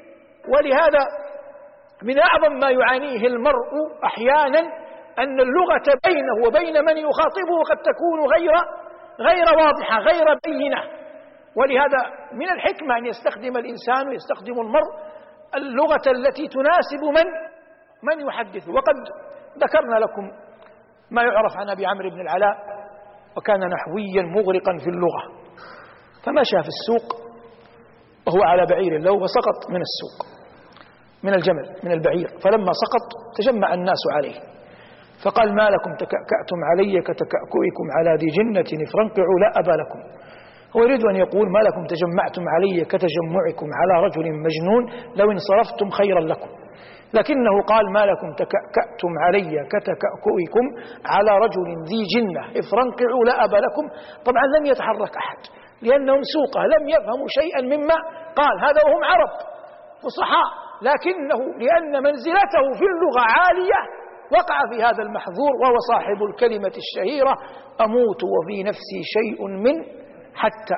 ولهذا من أعظم ما يعانيه المرء أحيانا أن اللغة بينه وبين من يخاطبه قد تكون غير غير واضحة غير بينة. ولهذا من الحكمة أن يستخدم الإنسان ويستخدم المرء اللغة التي تناسب من من يحدث. وقد ذكرنا لكم ما يعرف عن أبي عمرو بن العلاء، وكان نحويا مغرقا في اللغة، فمشى في السوق وهو على بعير له وسقط من السوق من الجمل من البعير، فلما سقط تجمع الناس عليه فقال ما لكم تكأكأتم علي كتكأكئكم على ذي جنة افرنقعوا لا أبا لكم. هو يريد أن يقول ما لكم تجمعتم علي كتجمعكم على رجل مجنون لو انصرفتم خيرا لكم، لكنه قال ما لكم تكأكأتم علي كتكأكئكم على رجل ذي جنة افرنقعوا لا أبا لكم. طبعا لم يتحرك أحد لأنهم سوقه لم يفهموا شيئا مما قال هذا، وهم عرب فصحاء، لكنه لأن منزلته في اللغة عالية وقع في هذا المحظور، وهو صاحب الكلمة الشهيرة أموت وفي نفسي شيء من حتى.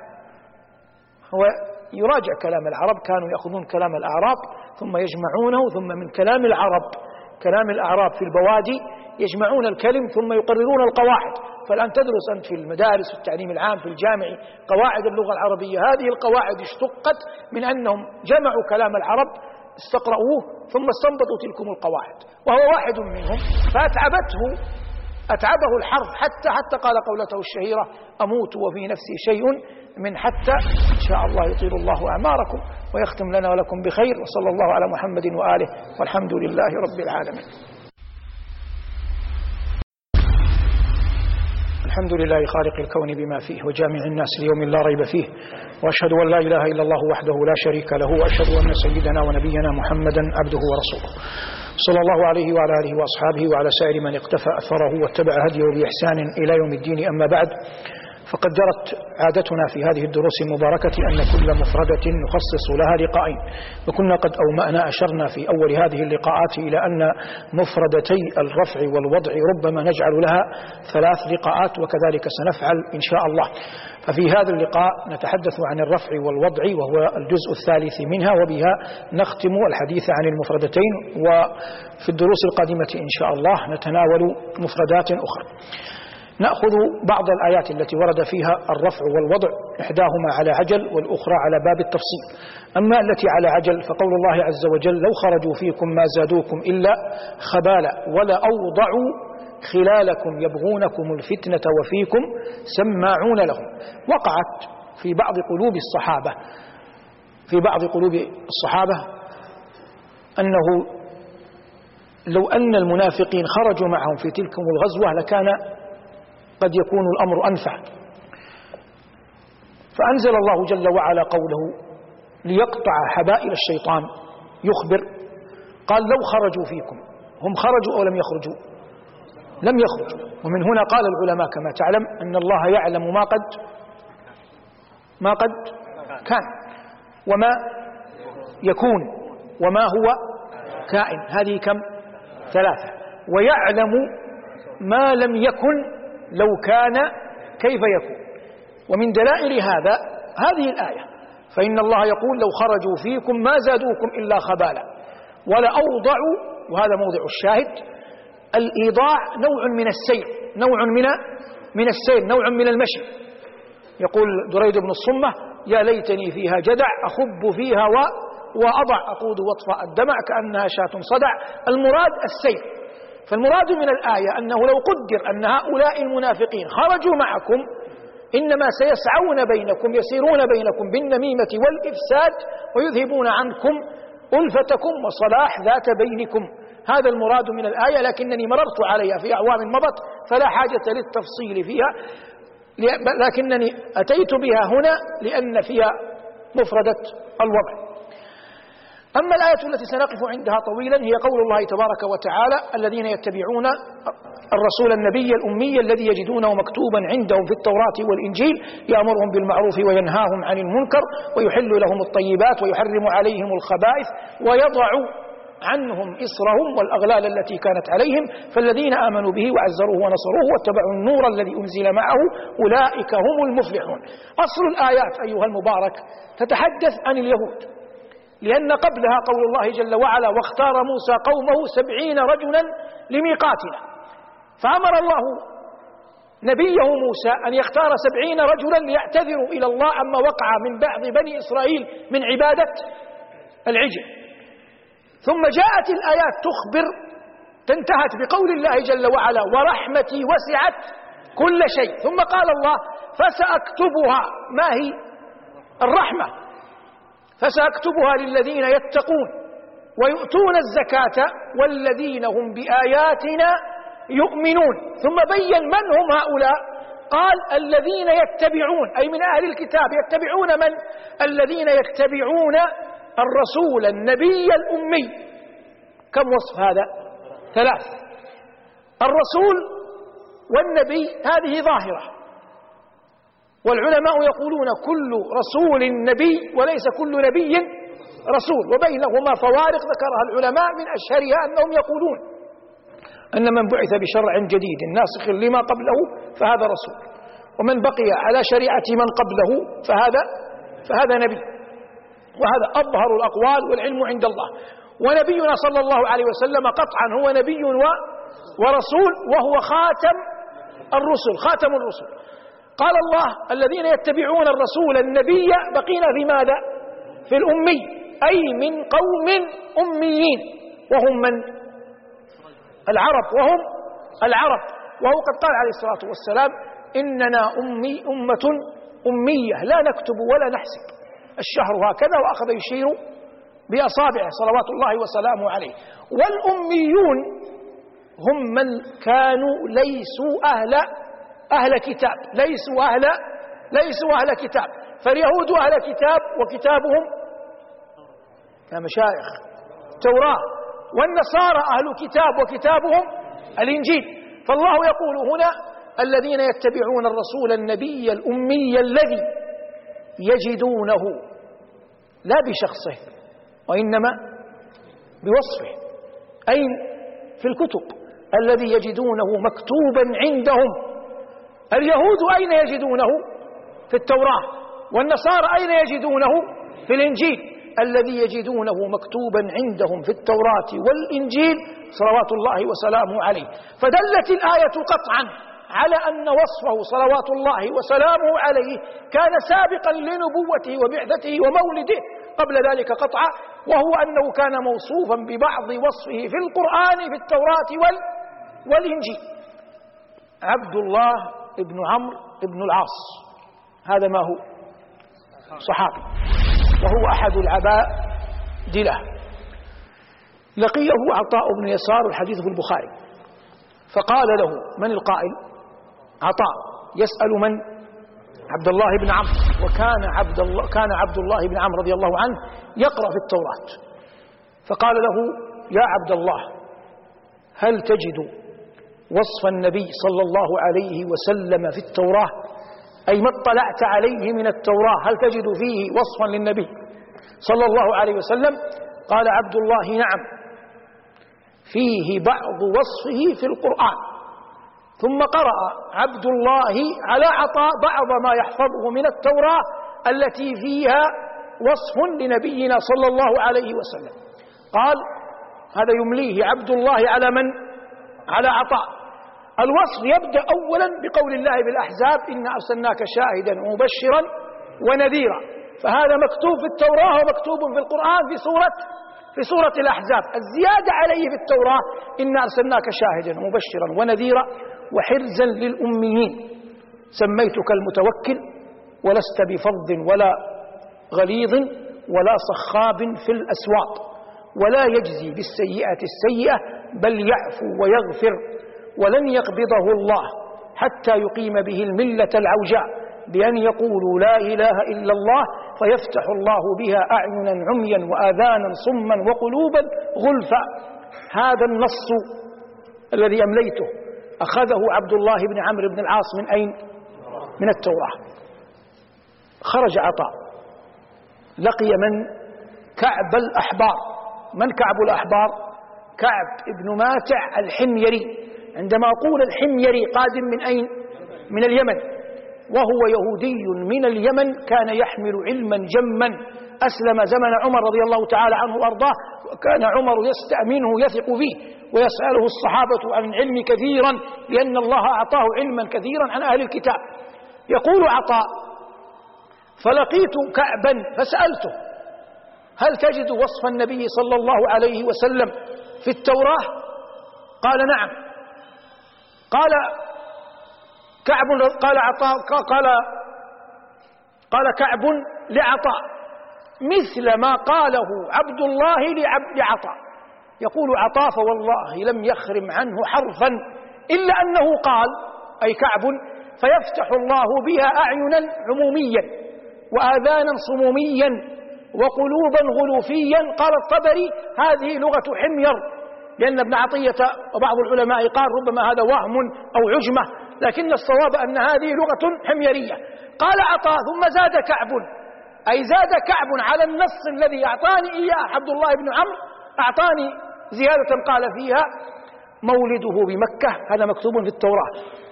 هو يراجع كلام العرب، كانوا يأخذون كلام الأعراب ثم يجمعونه، ثم من كلام العرب كلام الأعراب في البوادي يجمعون الكلم ثم يقررون القواعد. فالآن تدرس أنت في المدارس والتعليم العام في الجامع قواعد اللغة العربية، هذه القواعد اشتقت من أنهم جمعوا كلام العرب استقرأوه ثم استنبطوا تلكم القواعد، وهو واحد منهم. فأتعبته أتعبه الحرب حتى حتى قال قولته الشهيرة: أموت وفي نفسي شيء من حتى، إن شاء الله يطيل الله أعماركم ويختم لنا ولكم بخير، وصلى الله على محمد وآله والحمد لله رب العالمين. الحمد لله خالق الكون بما فيه وجامع الناس ليوم لا ريب فيه، وأشهد أن لا إله إلا الله وحده لا شريك له، وأشهد أن سيدنا ونبينا محمدا عبده ورسوله صلى الله عليه وعلى آله وأصحابه وعلى سائر من اقتفى أثره واتبع هديه بإحسان إلى يوم الدين. أما بعد، فقد جرت عادتنا في هذه الدروس المباركة أن كل مفردة نخصص لها لقاءين، وكنا قد أومأنا أشرنا في أول هذه اللقاءات إلى أن مفردتي الرفع والوضع ربما نجعل لها ثلاث لقاءات، وكذلك سنفعل إن شاء الله. ففي هذا اللقاء نتحدث عن الرفع والوضع وهو الجزء الثالث منها، وبها نختم الحديث عن المفردتين، وفي الدروس القادمة إن شاء الله نتناول مفردات أخرى. نأخذ بعض الآيات التي ورد فيها الرفع والوضع، إحداهما على عجل والأخرى على باب التفصيل. أما التي على عجل فقول الله عز وجل: لو خرجوا فيكم ما زادوكم إلا خبالا ولا أوضعوا خلالكم يبغونكم الفتنة وفيكم سماعون لهم. وقعت في بعض قلوب الصحابة في بعض قلوب الصحابة أنه لو أن المنافقين خرجوا معهم في تلك الغزوة لكان قد يكون الأمر أنفع. فأنزل الله جل وعلا قوله ليقطع حبائل الشيطان، يخبر قال: لو خرجوا فيكم. هم خرجوا أو لم يخرجوا؟ لم يخرجوا. ومن هنا قال العلماء كما تعلم أن الله يعلم ما قد ما قد كان وما يكون وما هو كائن، هذه كم؟ ثلاثة. ويعلم ما لم يكن لو كان كيف يكون. ومن دلائل هذا هذه الآية: فإن الله يقول: لو خرجوا فيكم ما زادوكم إلا خبالا ولا أوضعوا. وهذا موضع الشاهد. الإيضاع نوع من السير، نوع من من السير، نوع من المشي. يقول دريد بن الصمة: يا ليتني فيها جدع أخب فيها و وأضع أقود وطفاء الدمع كأنها شاة صدع. المراد السير. فالمراد من الآية أنه لو قدر أن هؤلاء المنافقين خرجوا معكم إنما سيسعون بينكم، يسيرون بينكم بالنميمة والإفساد، ويذهبون عنكم ألفتكم وصلاح ذات بينكم. هذا المراد من الآية، لكنني مررت عليها في أعوام مضت فلا حاجة للتفصيل فيها، لكنني أتيت بها هنا لأن فيها مفردة الوضع. أما الآية التي سنقف عندها طويلا هي قول الله تبارك وتعالى: الذين يتبعون الرسول النبي الأمي الذي يجدونه مكتوبا عندهم في التوراة والإنجيل يأمرهم بالمعروف وينهاهم عن المنكر ويحل لهم الطيبات ويحرم عليهم الخبائث ويضع عنهم إصرهم والأغلال التي كانت عليهم فالذين آمنوا به وعزروه ونصروه واتبعوا النور الذي أنزل معه أولئك هم المفلحون. أصل الآيات أيها المبارك تتحدث عن اليهود، لأن قبلها قول الله جل وعلا: واختار موسى قومه سبعين رجلا لميقاتنا. فأمر الله نبيه موسى أن يختار سبعين رجلا ليعتذروا إلى الله عما وقع من بعض بني إسرائيل من عبادة العجل. ثم جاءت الآيات تخبر، تنتهت بقول الله جل وعلا: ورحمتي وسعت كل شيء. ثم قال الله: فسأكتبها. ما هي الرحمة؟ فسأكتبها للذين يتقون ويؤتون الزكاة والذين هم بآياتنا يؤمنون. ثم بين من هم هؤلاء، قال: الذين يتبعون، أي من أهل الكتاب. يتبعون من؟ الذين يتبعون الرسول النبي الأمي. كم وصف هذا؟ ثلاث: الرسول والنبي هذه ظاهرة، والعلماء يقولون كل رسول نبي وليس كل نبي رسول، وبينهما فوارق ذكرها العلماء، من أشهرها أنهم يقولون أن من بعث بشرع جديد ناسخ لما قبله فهذا رسول، ومن بقي على شريعة من قبله فهذا فهذا نبي. وهذا أظهر الأقوال والعلم عند الله. ونبينا صلى الله عليه وسلم قطعا هو نبي ورسول، وهو خاتم الرسل خاتم الرسل. قال الله: الذين يتبعون الرسول النبي. بقينا في ماذا؟ في الأمي، أي من قوم أميين، وهم من؟ العرب، وهم العرب. وهو قد قال عليه الصلاة والسلام: إننا أمي أمة أمية لا نكتب ولا نحسب، الشهر هكذا، وأخذ يشير بأصابعه صلوات الله وسلامه عليه. والأميون هم من كانوا ليسوا أهل أهل كتاب، ليسوا أهل ليسوا أهل كتاب، فاليهود أهل كتاب وكتابهم يا مشايخ التوراة، والنصارى أهل كتاب وكتابهم الإنجيل. فالله يقول هنا: الذين يتبعون الرسول النبي الأمي الذي يجدونه، لا بشخصه وإنما بوصفه، أين؟ في الكتب، الذي يجدونه مكتوبا عندهم. اليهود أين يجدونه؟ في التوراة. والنصارى أين يجدونه؟ في الإنجيل. الذي يجدونه مكتوبا عندهم في التوراة والإنجيل صلوات الله وسلامه عليه. فدلت الآية قطعا على أن وصفه صلوات الله وسلامه عليه كان سابقا لنبوته وبعثته ومولده قبل ذلك قطعا، وهو أنه كان موصوفا ببعض وصفه في القرآن في التوراة وال والإنجيل. عبد الله ابن عمرو ابن العاص، هذا ما هو؟ صحابي، وهو أحد العبادلة. لقيه عطاء بن يسار، الحديث في البخاري، فقال له: من القائل؟ عطاء يسأل من؟ عبد الله بن عمرو. وكان عبد الله كان عبد الله بن عمرو رضي الله عنه يقرأ في التوراة. فقال له: يا عبد الله، هل تجد وصف النبي صلى الله عليه وسلم في التوراة؟ أي ما اطلعت عليه من التوراة، هل تجد فيه وصفا للنبي صلى الله عليه وسلم؟ قال عبد الله: نعم، فيه بعض وصفه في القرآن. ثم قرأ عبد الله على عطاء بعض ما يحفظه من التوراة التي فيها وصف لنبينا صلى الله عليه وسلم. قال: هذا يمليه عبد الله على من؟ على عطاء. الوصف يبدأ أولا بقول الله بالأحزاب: إنا أرسلناك شاهدا ومبشرا ونذيرا. فهذا مكتوب في التوراة ومكتوب في القرآن في سورة في سورة الأحزاب. الزيادة عليه في التوراة: إنا أرسلناك شاهدا ومبشرا ونذيرا وحرزا للأميين، سميتك المتوكل ولست بفظ ولا غليظ ولا صخاب في الأسواق، ولا يجزي بالسيئة السيئة بل يعفو ويغفر، ولن يقبضه الله حتى يقيم به الملة العوجاء بأن يقولوا لا إله إلا الله فيفتح الله بها أعينا عميا وآذانا صما وقلوبا غلفا. هذا النص الذي أمليته أخذه عبد الله بن عمرو بن العاص من أين؟ من التوراة. خرج عطاء، لقي من؟ كعب الأحبار. من كعب الأحبار؟ كعب ابن ماتع الحميري. عندما أقول الحميري قادم من أين؟ من اليمن، وهو يهودي من اليمن، كان يحمل علما جما، أسلم زمن عمر رضي الله تعالى عنه وأرضاه، وكان عمر يستأمنه يثق فيه ويسأله الصحابة عن العلم كثيرا لأن الله أعطاه علما كثيرا عن أهل الكتاب. يقول عطاء: فلقيت كعبا فسألته: هل تجد وصف النبي صلى الله عليه وسلم في التوراة؟ قال: نعم. قال كعب قال عطاء قال قال كعب لعطاء مثل ما قاله عبد الله لعطاء. يقول عطاء: فوالله لم يخرم عنه حرفا إلا أنه قال، أي كعب: فيفتح الله بها أعينا عموميا وآذانا صموميا وقلوبا غلوفيا. قال الطبري: هذه لغة حمير، لأن ابن عطية وبعض العلماء قال ربما هذا وهم أو عجمة، لكن الصواب أن هذه لغة حميرية. قال عطاء: ثم زاد كعب، أي زاد كعب على النص الذي أعطاني إياه عبد الله بن عمرو، أعطاني زيادة قال فيها: مولده بمكة، هذا مكتوب في التوراة،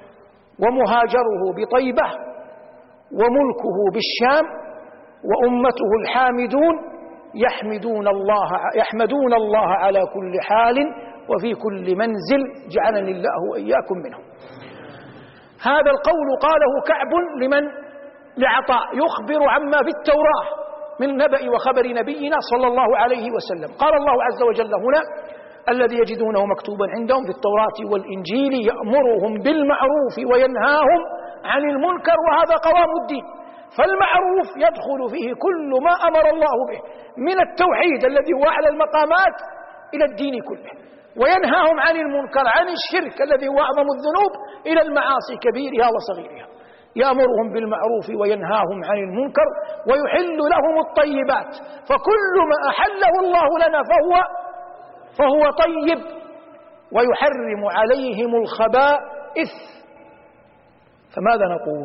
ومهاجره بطيبة، وملكه بالشام، وأمته الحامدون يحمدون الله يحمدون الله على كل حال وفي كل منزل، جعلني الله وإياكم منهم. هذا القول قاله كعب لمن؟ لعطاء، يخبر عما في التوراة من نبأ وخبر نبينا صلى الله عليه وسلم. قال الله عز وجل هنا: الذي يجدونه مكتوبا عندهم في التوراة والإنجيل يأمرهم بالمعروف وينهاهم عن المنكر، وهذا قوام الدين. فالمعروف يدخل فيه كل ما أمر الله به من التوحيد الذي هو أعلى المقامات إلى الدين كله، وينهاهم عن المنكر، عن الشرك الذي هو أعظم الذنوب، إلى المعاصي كبيرها وصغيرها. يأمرهم بالمعروف وينهاهم عن المنكر ويحل لهم الطيبات، فكل ما أحله الله لنا فهو فهو طيب، ويحرم عليهم الخبائث. فماذا نقول؟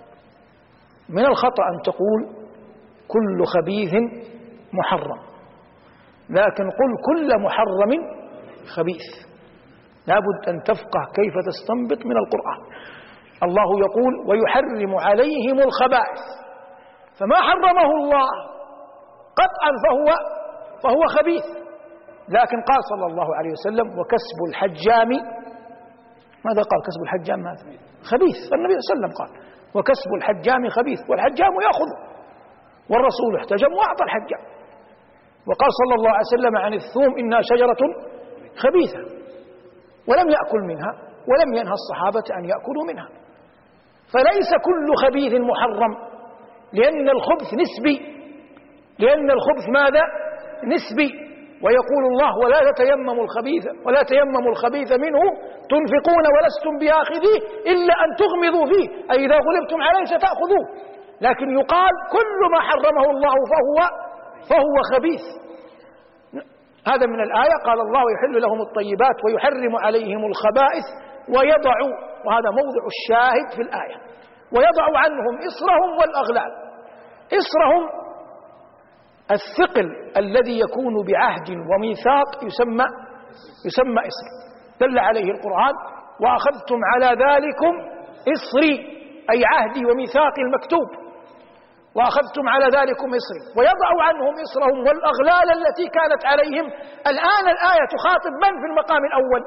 من الخطأ أن تقول كل خبيث محرم، لكن قل كل محرم خبيث. لابد أن تفقه كيف تستنبط من القرآن. الله يقول ويحرم عليهم الخبائث، فما حرمه الله قطعا فهو فهو خبيث. لكن قال صلى الله عليه وسلم وكسب الحجام، ماذا قال؟ كسب الحجام ماذا؟ خبيث. فالنبي صلى الله عليه وسلم قال وكسب الحجام خبيث، والحجام يأخذ، والرسول احتجم وأعطى الحجام. وقال صلى الله عليه وسلم عن الثوم إنها شجرة خبيثة، ولم يأكل منها، ولم ينهى الصحابة أن يأكلوا منها. فليس كل خبيث محرم، لأن الخبث نسبي، لأن الخبث ماذا؟ نسبي. ويقول الله ولا تتيمموا الخبيث ولا تيمموا الخبيث منه تنفقون ولستم بآخذيه إلا أن تغمضوا فيه، أي إذا غلبتم عليه ستأخذوه. لكن يقال كل ما حرمه الله فهو فهو خبيث. هذا من الآية. قال الله يحل لهم الطيبات ويحرم عليهم الخبائث ويضع، وهذا موضع الشاهد في الآية، ويضع عنهم إصرهم والأغلال. إصرهم الثقل الذي يكون بعهد وميثاق يسمى يسمى إصر، دل عليه القرآن وأخذتم على ذلكم إصري، أي عهدي وميثاقي المكتوب، وأخذتم على ذلكم إصري. ويضع عنهم إصرهم والأغلال التي كانت عليهم. الآن الآية تخاطب من في المقام الأول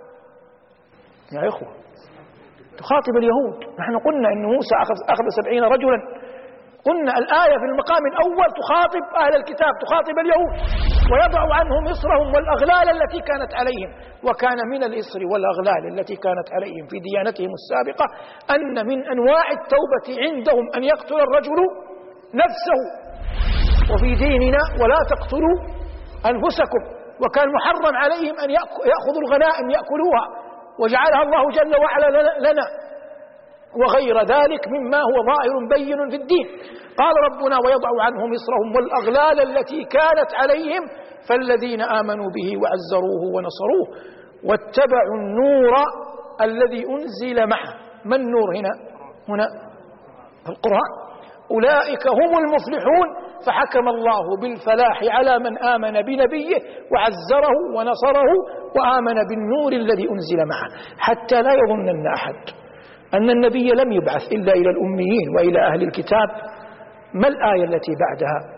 يا إخوة؟ تخاطب اليهود. نحن قلنا إن موسى أخذ, أخذ سبعين رجلا، قلنا الآية في المقام الأول تخاطب أهل الكتاب، تخاطب اليهود. ويضع عنهم إصرهم والأغلال التي كانت عليهم. وكان من الإصر والأغلال التي كانت عليهم في ديانتهم السابقة أن من أنواع التوبة عندهم أن يقتل الرجل نفسه، وفي ديننا ولا تقتلوا أنفسكم. وكان محرم عليهم أن يأخذوا الغنائم يأكلوها، وجعلها الله جل وعلا لنا، وغير ذلك مما هو ظاهر بين في الدين. قال ربنا ويضع عنهم إصرهم والأغلال التي كانت عليهم، فالذين آمنوا به وعزروه ونصروه واتبعوا النور الذي أنزل معه. ما النور هنا؟ هنا القرآن. أولئك هم المفلحون. فحكم الله بالفلاح على من آمن بنبيه وعزره ونصره وآمن بالنور الذي أنزل معه، حتى لا يظنن أحد أن النبي لم يبعث إلا إلى الأميين وإلى أهل الكتاب. ما الآية التي بعدها؟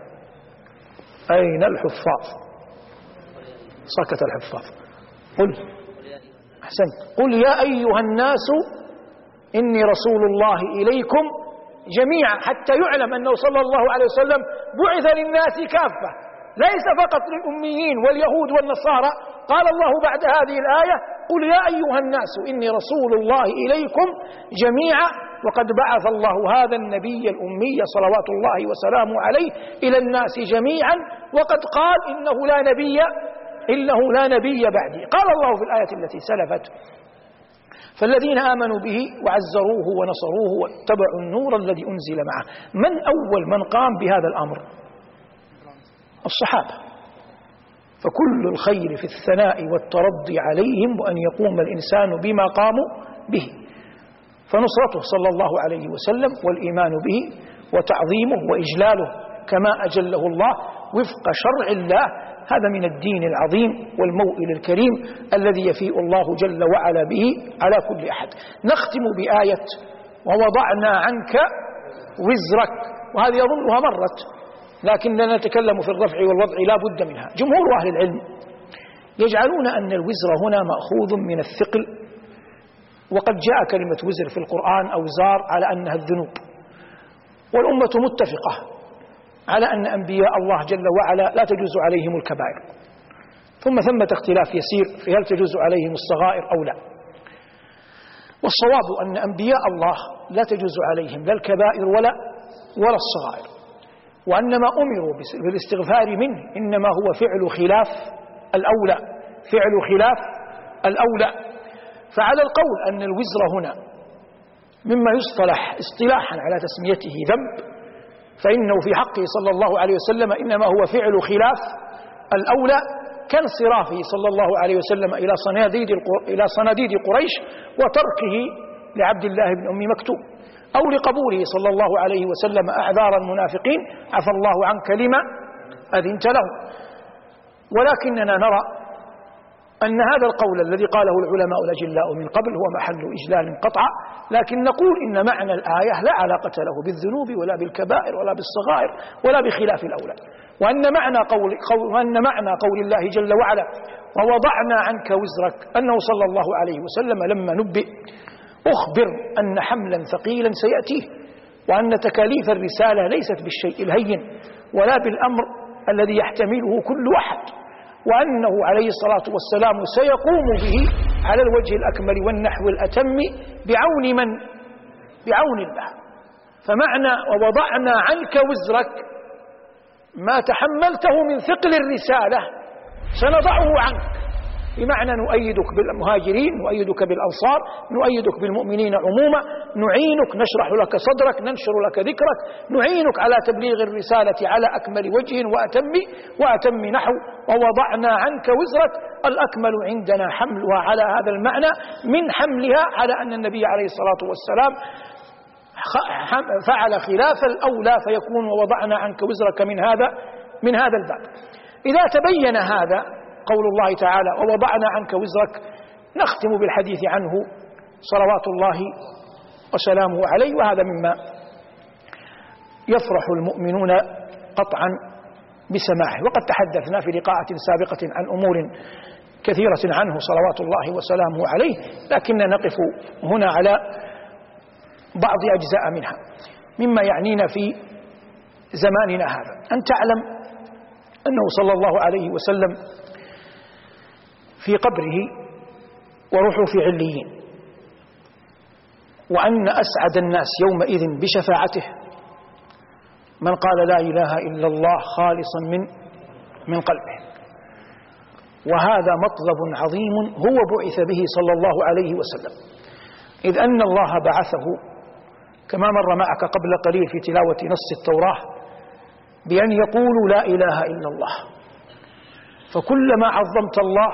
أين الحفاظ؟ سكت الحفاظ. قل أحسنت، قل يا أيها الناس إني رسول الله إليكم جميعا، حتى يعلم أنه صلى الله عليه وسلم بعث للناس كافة، ليس فقط للأميين واليهود والنصارى. قال الله بعد هذه الآية قل يا أيها الناس إني رسول الله إليكم جميعا، وقد بعث الله هذا النبي الأمي صلوات الله وسلامه عليه إلى الناس جميعا، وقد قال إنه لا نبي إنه لا نبي بعدي. قال الله في الآية التي سلفت فالذين آمنوا به وعزروه ونصروه واتبعوا النور الذي أنزل معه. من أول من قام بهذا الأمر؟ الصحابة. فكل الخير في الثناء والترضي عليهم، وأن يقوم الإنسان بما قاموا به. فنصرته صلى الله عليه وسلم والإيمان به وتعظيمه وإجلاله كما أجله الله وفق شرع الله، هذا من الدين العظيم والموئل الكريم الذي يفيء الله جل وعلا به على كل أحد. نختم بآية ووضعنا عنك وزرك، وهذه يظنها مرت، لكننا نتكلم في الرفع والوضع لا بد منها. جمهور أهل العلم يجعلون أن الوزر هنا مأخوذ من الثقل، وقد جاء كلمة وزر في القرآن أوزار على أنها الذنوب، والأمة متفقة على أن أنبياء الله جل وعلا لا تجوز عليهم الكبائر، ثم ثمة اختلاف يسير في هل تجوز عليهم الصغائر أو لا. والصواب أن أنبياء الله لا تجوز عليهم لا الكبائر ولا ولا الصغائر، وأنما أمروا بالاستغفار منه إنما هو فعل خلاف الأولى، فعل خلاف الأولى. فعلى القول أن الوزر هنا مما يصطلح اصطلاحا على تسميته ذنب، فإنه في حقه صلى الله عليه وسلم إنما هو فعل خلاف الأولى، كانصرافه صلى الله عليه وسلم إلى صناديد إلى صناديد قريش وتركه لعبد الله بن أم مكتوم، أو لقبوله صلى الله عليه وسلم أعذار المنافقين عفى الله عنك لما أذنت له. ولكننا نرى أن هذا القول الذي قاله العلماء الأجلاء من قبل هو محل إجلال قطعا، لكن نقول إن معنى الآية لا علاقة له بالذنوب ولا بالكبائر ولا بالصغائر ولا بخلاف الأولى، وأن معنى قول, قول, وأن معنى قول الله جل وعلا ووضعنا عنك وزرك أنه صلى الله عليه وسلم لما نبئ أخبر أن حملا ثقيلا سيأتيه، وأن تكاليف الرسالة ليست بالشيء الهين ولا بالأمر الذي يحتمله كل أحد، وأنه عليه الصلاة والسلام سيقوم به على الوجه الأكمل والنحو الأتم بعون من؟ بعون الله. فمعنى ووضعنا عنك وزرك ما تحملته من ثقل الرسالة سنضعه عنك، بمعنى نؤيدك بالمهاجرين، نؤيدك بالأنصار، نؤيدك بالمؤمنين عموما، نعينك، نشرح لك صدرك، ننشر لك ذكرك، نعينك على تبليغ الرسالة على أكمل وجه وأتم وأتم نحو. ووضعنا عنك وزرك الأكمل عندنا حملها على هذا المعنى من حملها على أن النبي عليه الصلاة والسلام فعل خلاف الأولى، فيكون ووضعنا عنك وزرك من هذا من هذا الباب. إذا تبين هذا قول الله تعالى ووضعنا عنك وزرك، نختم بالحديث عنه صلوات الله وسلامه عليه، وهذا مما يفرح المؤمنون قطعا بسماعه. وقد تحدثنا في لقاءات سابقة عن أمور كثيرة عنه صلوات الله وسلامه عليه، لكننا نقف هنا على بعض أجزاء منها مما يعنينا في زماننا هذا. أن تعلم أنه صلى الله عليه وسلم في قبره وروحه في عليين، وأن أسعد الناس يومئذ بشفاعته من قال لا إله إلا الله خالصا من من قلبه. وهذا مطلب عظيم هو بعث به صلى الله عليه وسلم، إذ أن الله بعثه كما مر معك قبل قليل في تلاوة نص التوراة بأن يقولوا لا إله إلا الله. فكلما عظمت الله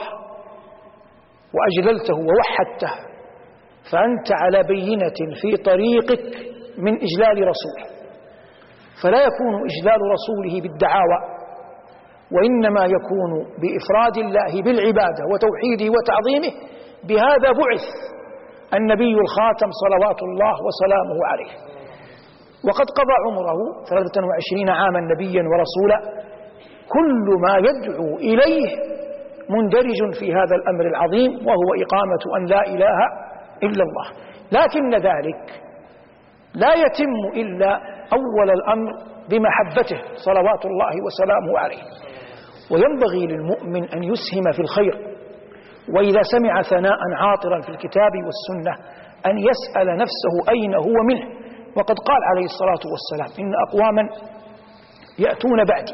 وأجللته ووحدته فأنت على بينة في طريقك من إجلال رسوله، فلا يكون إجلال رسوله بالدعاوى، وإنما يكون بإفراد الله بالعبادة وتوحيده وتعظيمه. بهذا بعث النبي الخاتم صلوات الله وسلامه عليه، وقد قضى عمره ثلاثة وعشرين عاما نبيا ورسولا، كل ما يدعو إليه مندرج في هذا الأمر العظيم، وهو إقامة أن لا إله إلا الله. لكن ذلك لا يتم إلا أول الأمر بمحبته صلوات الله وسلامه عليه. وينبغي للمؤمن أن يسهم في الخير، وإذا سمع ثناء عاطرا في الكتاب والسنة أن يسأل نفسه أين هو منه. وقد قال عليه الصلاة والسلام إن أقواما يأتون بعدي،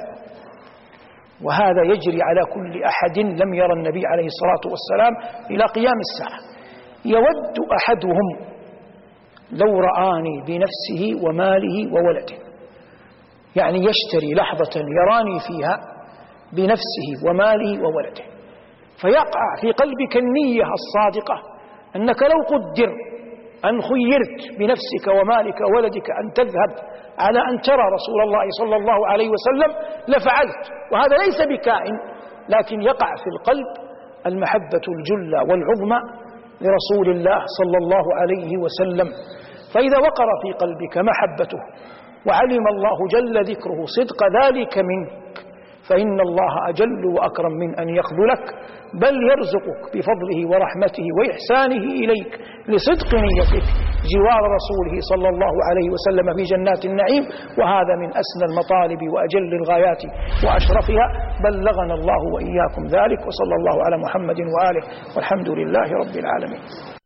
وهذا يجري على كل أحد لم يرى النبي عليه الصلاة والسلام إلى قيام الساعة. يود أحدهم لو رآني بنفسه وماله وولده، يعني يشتري لحظة يراني فيها بنفسه وماله وولده، فيقع في قلبك النية الصادقة أنك لو قدر أن خيرت بنفسك ومالك وولدك أن تذهب على أن ترى رسول الله صلى الله عليه وسلم لفعلت. وهذا ليس بكائن، لكن يقع في القلب المحبة الجلة والعظمى لرسول الله صلى الله عليه وسلم. فإذا وقر في قلبك محبته وعلم الله جل ذكره صدق ذلك منك، فإن الله أجل وأكرم من أن يخذلك، بل يرزقك بفضله ورحمته وإحسانه إليك لصدق نيتك جوار رسوله صلى الله عليه وسلم في جنات النعيم، وهذا من أسنى المطالب وأجل الغايات وأشرفها. بلغنا الله وإياكم ذلك، وصلى الله على محمد وآله، والحمد لله رب العالمين.